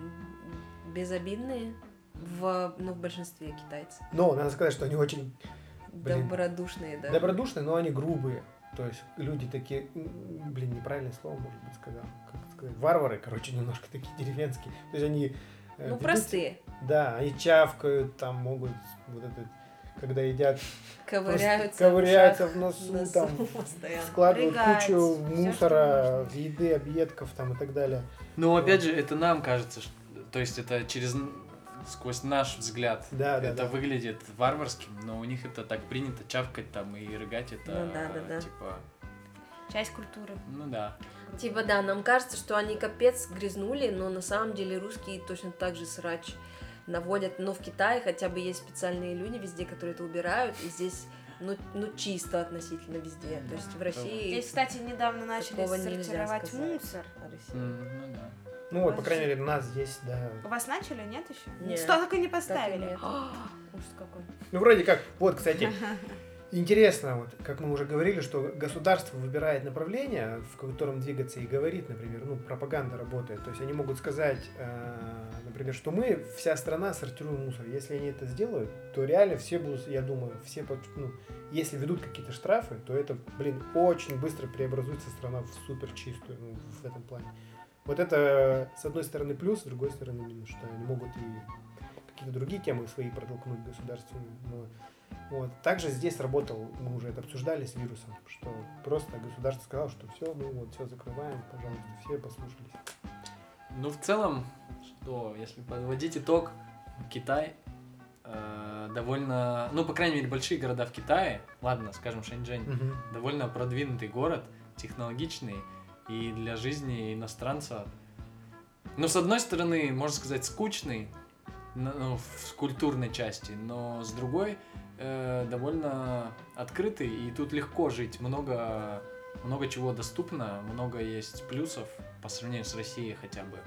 безобидные в большинстве китайцев. Но надо сказать, что они очень Блин. Добродушные, да. добродушные, но они грубые. То есть люди такие, неправильное слово, может быть, сказал. Как это сказать? Варвары, короче, немножко такие деревенские. То есть они... Ну, ведут- простые. Да, они чавкают, там могут вот это, когда едят, Ковыряются. ковыряются в в носу, носу там постоянно. складывают Прыгать, кучу всё, мусора, что еды, объедков там и так далее. Ну, опять же, это нам кажется, то есть это сквозь наш взгляд Да, это выглядит варварским, но у них это так принято чавкать там и рыгать, это Ну да. типа, Часть культуры. ну да. Типа, да, нам кажется, что они капец грязнули, но на самом деле русские точно так же срач наводят. Но в Китае хотя бы есть специальные люди везде, которые это убирают, и здесь, ну чисто относительно везде. То есть в России... Здесь, кстати, недавно начали такого нельзя сортировать сказать. мусор. о России. Ну да. Ну вот, по крайней мере, у нас здесь, да. У вас начали, нет еще? Нет. Что только не Так и поставили. нет. Ужас какой. Ну, вроде как, вот, кстати, интересно, вот, как мы уже говорили, что государство выбирает направление, в котором двигаться, и говорит, например, пропаганда работает. То есть они могут сказать, например, что мы, вся страна, сортируем мусор. Если они это сделают, то реально все будут, я думаю, если ведут какие-то штрафы, то это, очень быстро преобразуется страна в супер чистую, в этом плане. Вот это, с одной стороны, плюс, с другой стороны, минус, что они могут и какие-то другие темы свои протолкнуть государственные. Но вот. Также здесь работал, мы уже это обсуждали с вирусом, что просто государство сказало, что все, мы вот все закрываем, пожалуйста, все послушались. Ну, в целом, что, если подводить итог, Китай довольно, ну, по крайней мере, большие города в Китае, ладно, скажем, Шэньчжэнь, довольно продвинутый город, технологичный, и для жизни иностранца, ну, с одной стороны, можно сказать, скучный, в культурной части, но с другой, довольно открытый, и тут легко жить, много чего доступно, много есть плюсов по сравнению с Россией хотя бы.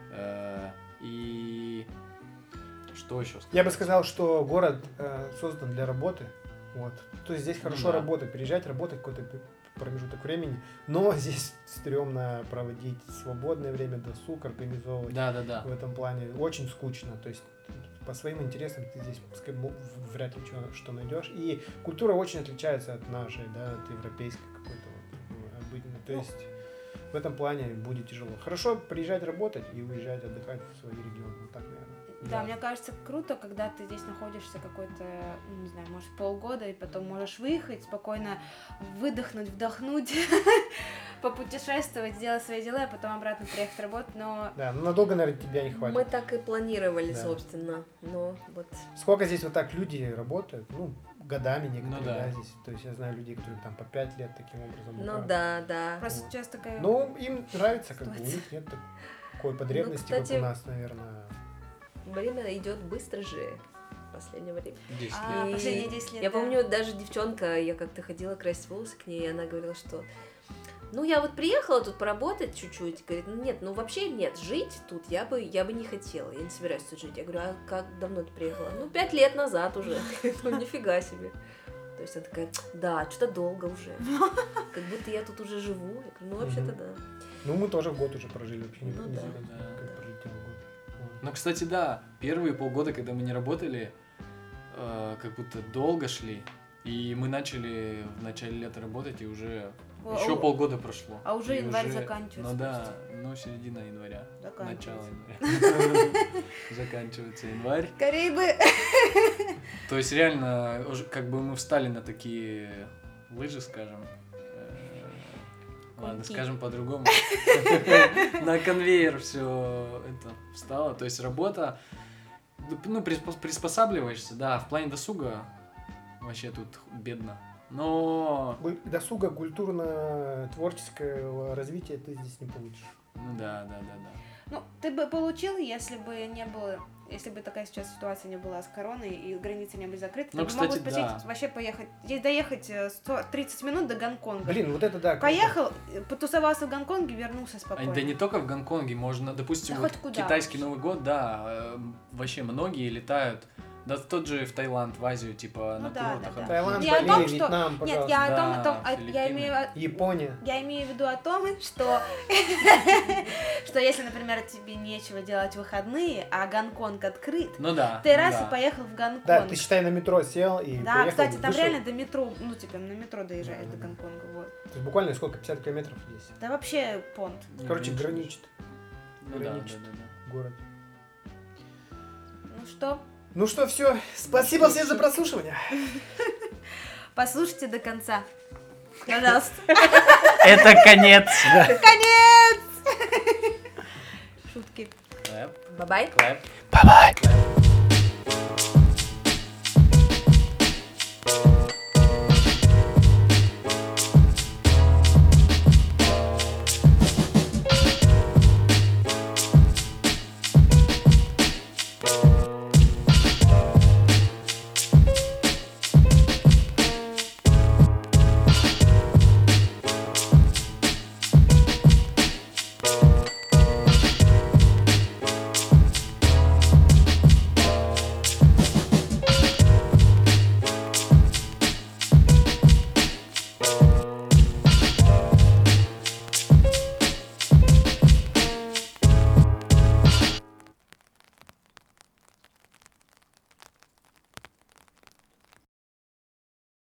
И что еще сказать? Я бы сказал, что город создан для работы. Вот. То есть здесь хорошо да. работать, приезжать, работать какой-то промежуток времени, но здесь стрёмно проводить свободное время, досуг организовывать. Да. В этом плане очень скучно. То есть по своим интересам ты здесь вряд ли что найдешь. И культура очень отличается от нашей, да, от европейской какой-то обыденной. То есть в этом плане будет тяжело. Хорошо приезжать работать и уезжать отдыхать в свои регионы. Вот так, наверное. Да, мне кажется, круто, когда ты здесь находишься какой-то, не знаю, может, полгода, и потом можешь выехать, спокойно выдохнуть, вдохнуть, попутешествовать, сделать свои дела, и потом обратно приехать работать, но... Да, надолго, наверное, тебя не хватит. Мы так и планировали, Да. собственно, но вот... Сколько здесь вот так люди работают? Годами некоторые, Ну да. здесь. То есть я знаю людей, которые там по 5 лет таким образом. Ну да. Просто Вот. сейчас такая... Ну, им нравится, как бы, у Ситуация. них нет такой потребности, кстати, как у нас, наверное. Время идет быстро же в последнее время. 10 А, лет. последние 10 лет, Я да. помню, даже девчонка, я как-то ходила красить волосы к ней, и она говорила, что ну, я вот приехала тут поработать чуть-чуть, говорит, вообще нет, жить тут я бы не хотела, я не собираюсь тут жить. Я говорю, а как давно ты приехала? 5 лет назад уже. Ну, нифига себе. То есть она такая, да, что-то долго уже. Как будто я тут уже живу. Я говорю, вообще-то да. Ну, мы тоже год уже прожили, вообще не Ну не да. знаю, Да. как пролетел год. Вот. Ну, кстати, да, первые полгода, когда мы не работали, как будто долго шли, и мы начали в начале лета работать, и уже еще полгода прошло. А уже И январь заканчивается Ну да, середина января. Заканчивается. Начало января. Заканчивается январь. Скорее бы! То есть реально, уже как бы мы встали на такие лыжи, скажем. Ладно, Коньки. скажем по-другому. На конвейер все это встало. То есть работа. ну, приспосабливаешься, да, в плане досуга вообще тут бедно. Но... Досуга культурно-творческого развития ты здесь не получишь. Ну да. Ну, ты бы получил, если бы не было, если бы такая сейчас ситуация не была с короной и границы не были закрыты, Ну, ты кстати, бы мог бы да. вообще поехать, здесь доехать 30 минут до Гонконга. Блин, вот это да. круто. Поехал, потусовался в Гонконге, вернулся спокойно. Да не только в Гонконге, можно, допустим, Да вот хоть куда китайский вообще. Новый год, да, вообще многие летают, да в тот же в Таиланд, в Азию, типа Ну на да, курортах. да, да. Таиланд, Я о Бали, том, что- Вьетнам, Нет, пожалуйста. я о Да, том, я Филиппины. Япония. имею в виду о том, что, что если, например, тебе нечего делать в выходные, а Гонконг открыт, Ну да. ты ну раз да. и поехал в Гонконг. Да, ты считай, на метро сел и Да, поехал, кстати, там вышел. реально до метро, ну, типа, на метро доезжаешь до Гонконга, вот. То есть буквально сколько, 50 километров здесь? Да вообще понт. Не Короче, меньше. граничит Ну да, граничит. да. город. Ну что, Ну что, все. Спасибо всем за прослушивание. послушайте до конца. Пожалуйста. Это конец. Конец! Шутки. Клэп, Бай-бай. клэп. Bye-bye. Клэп.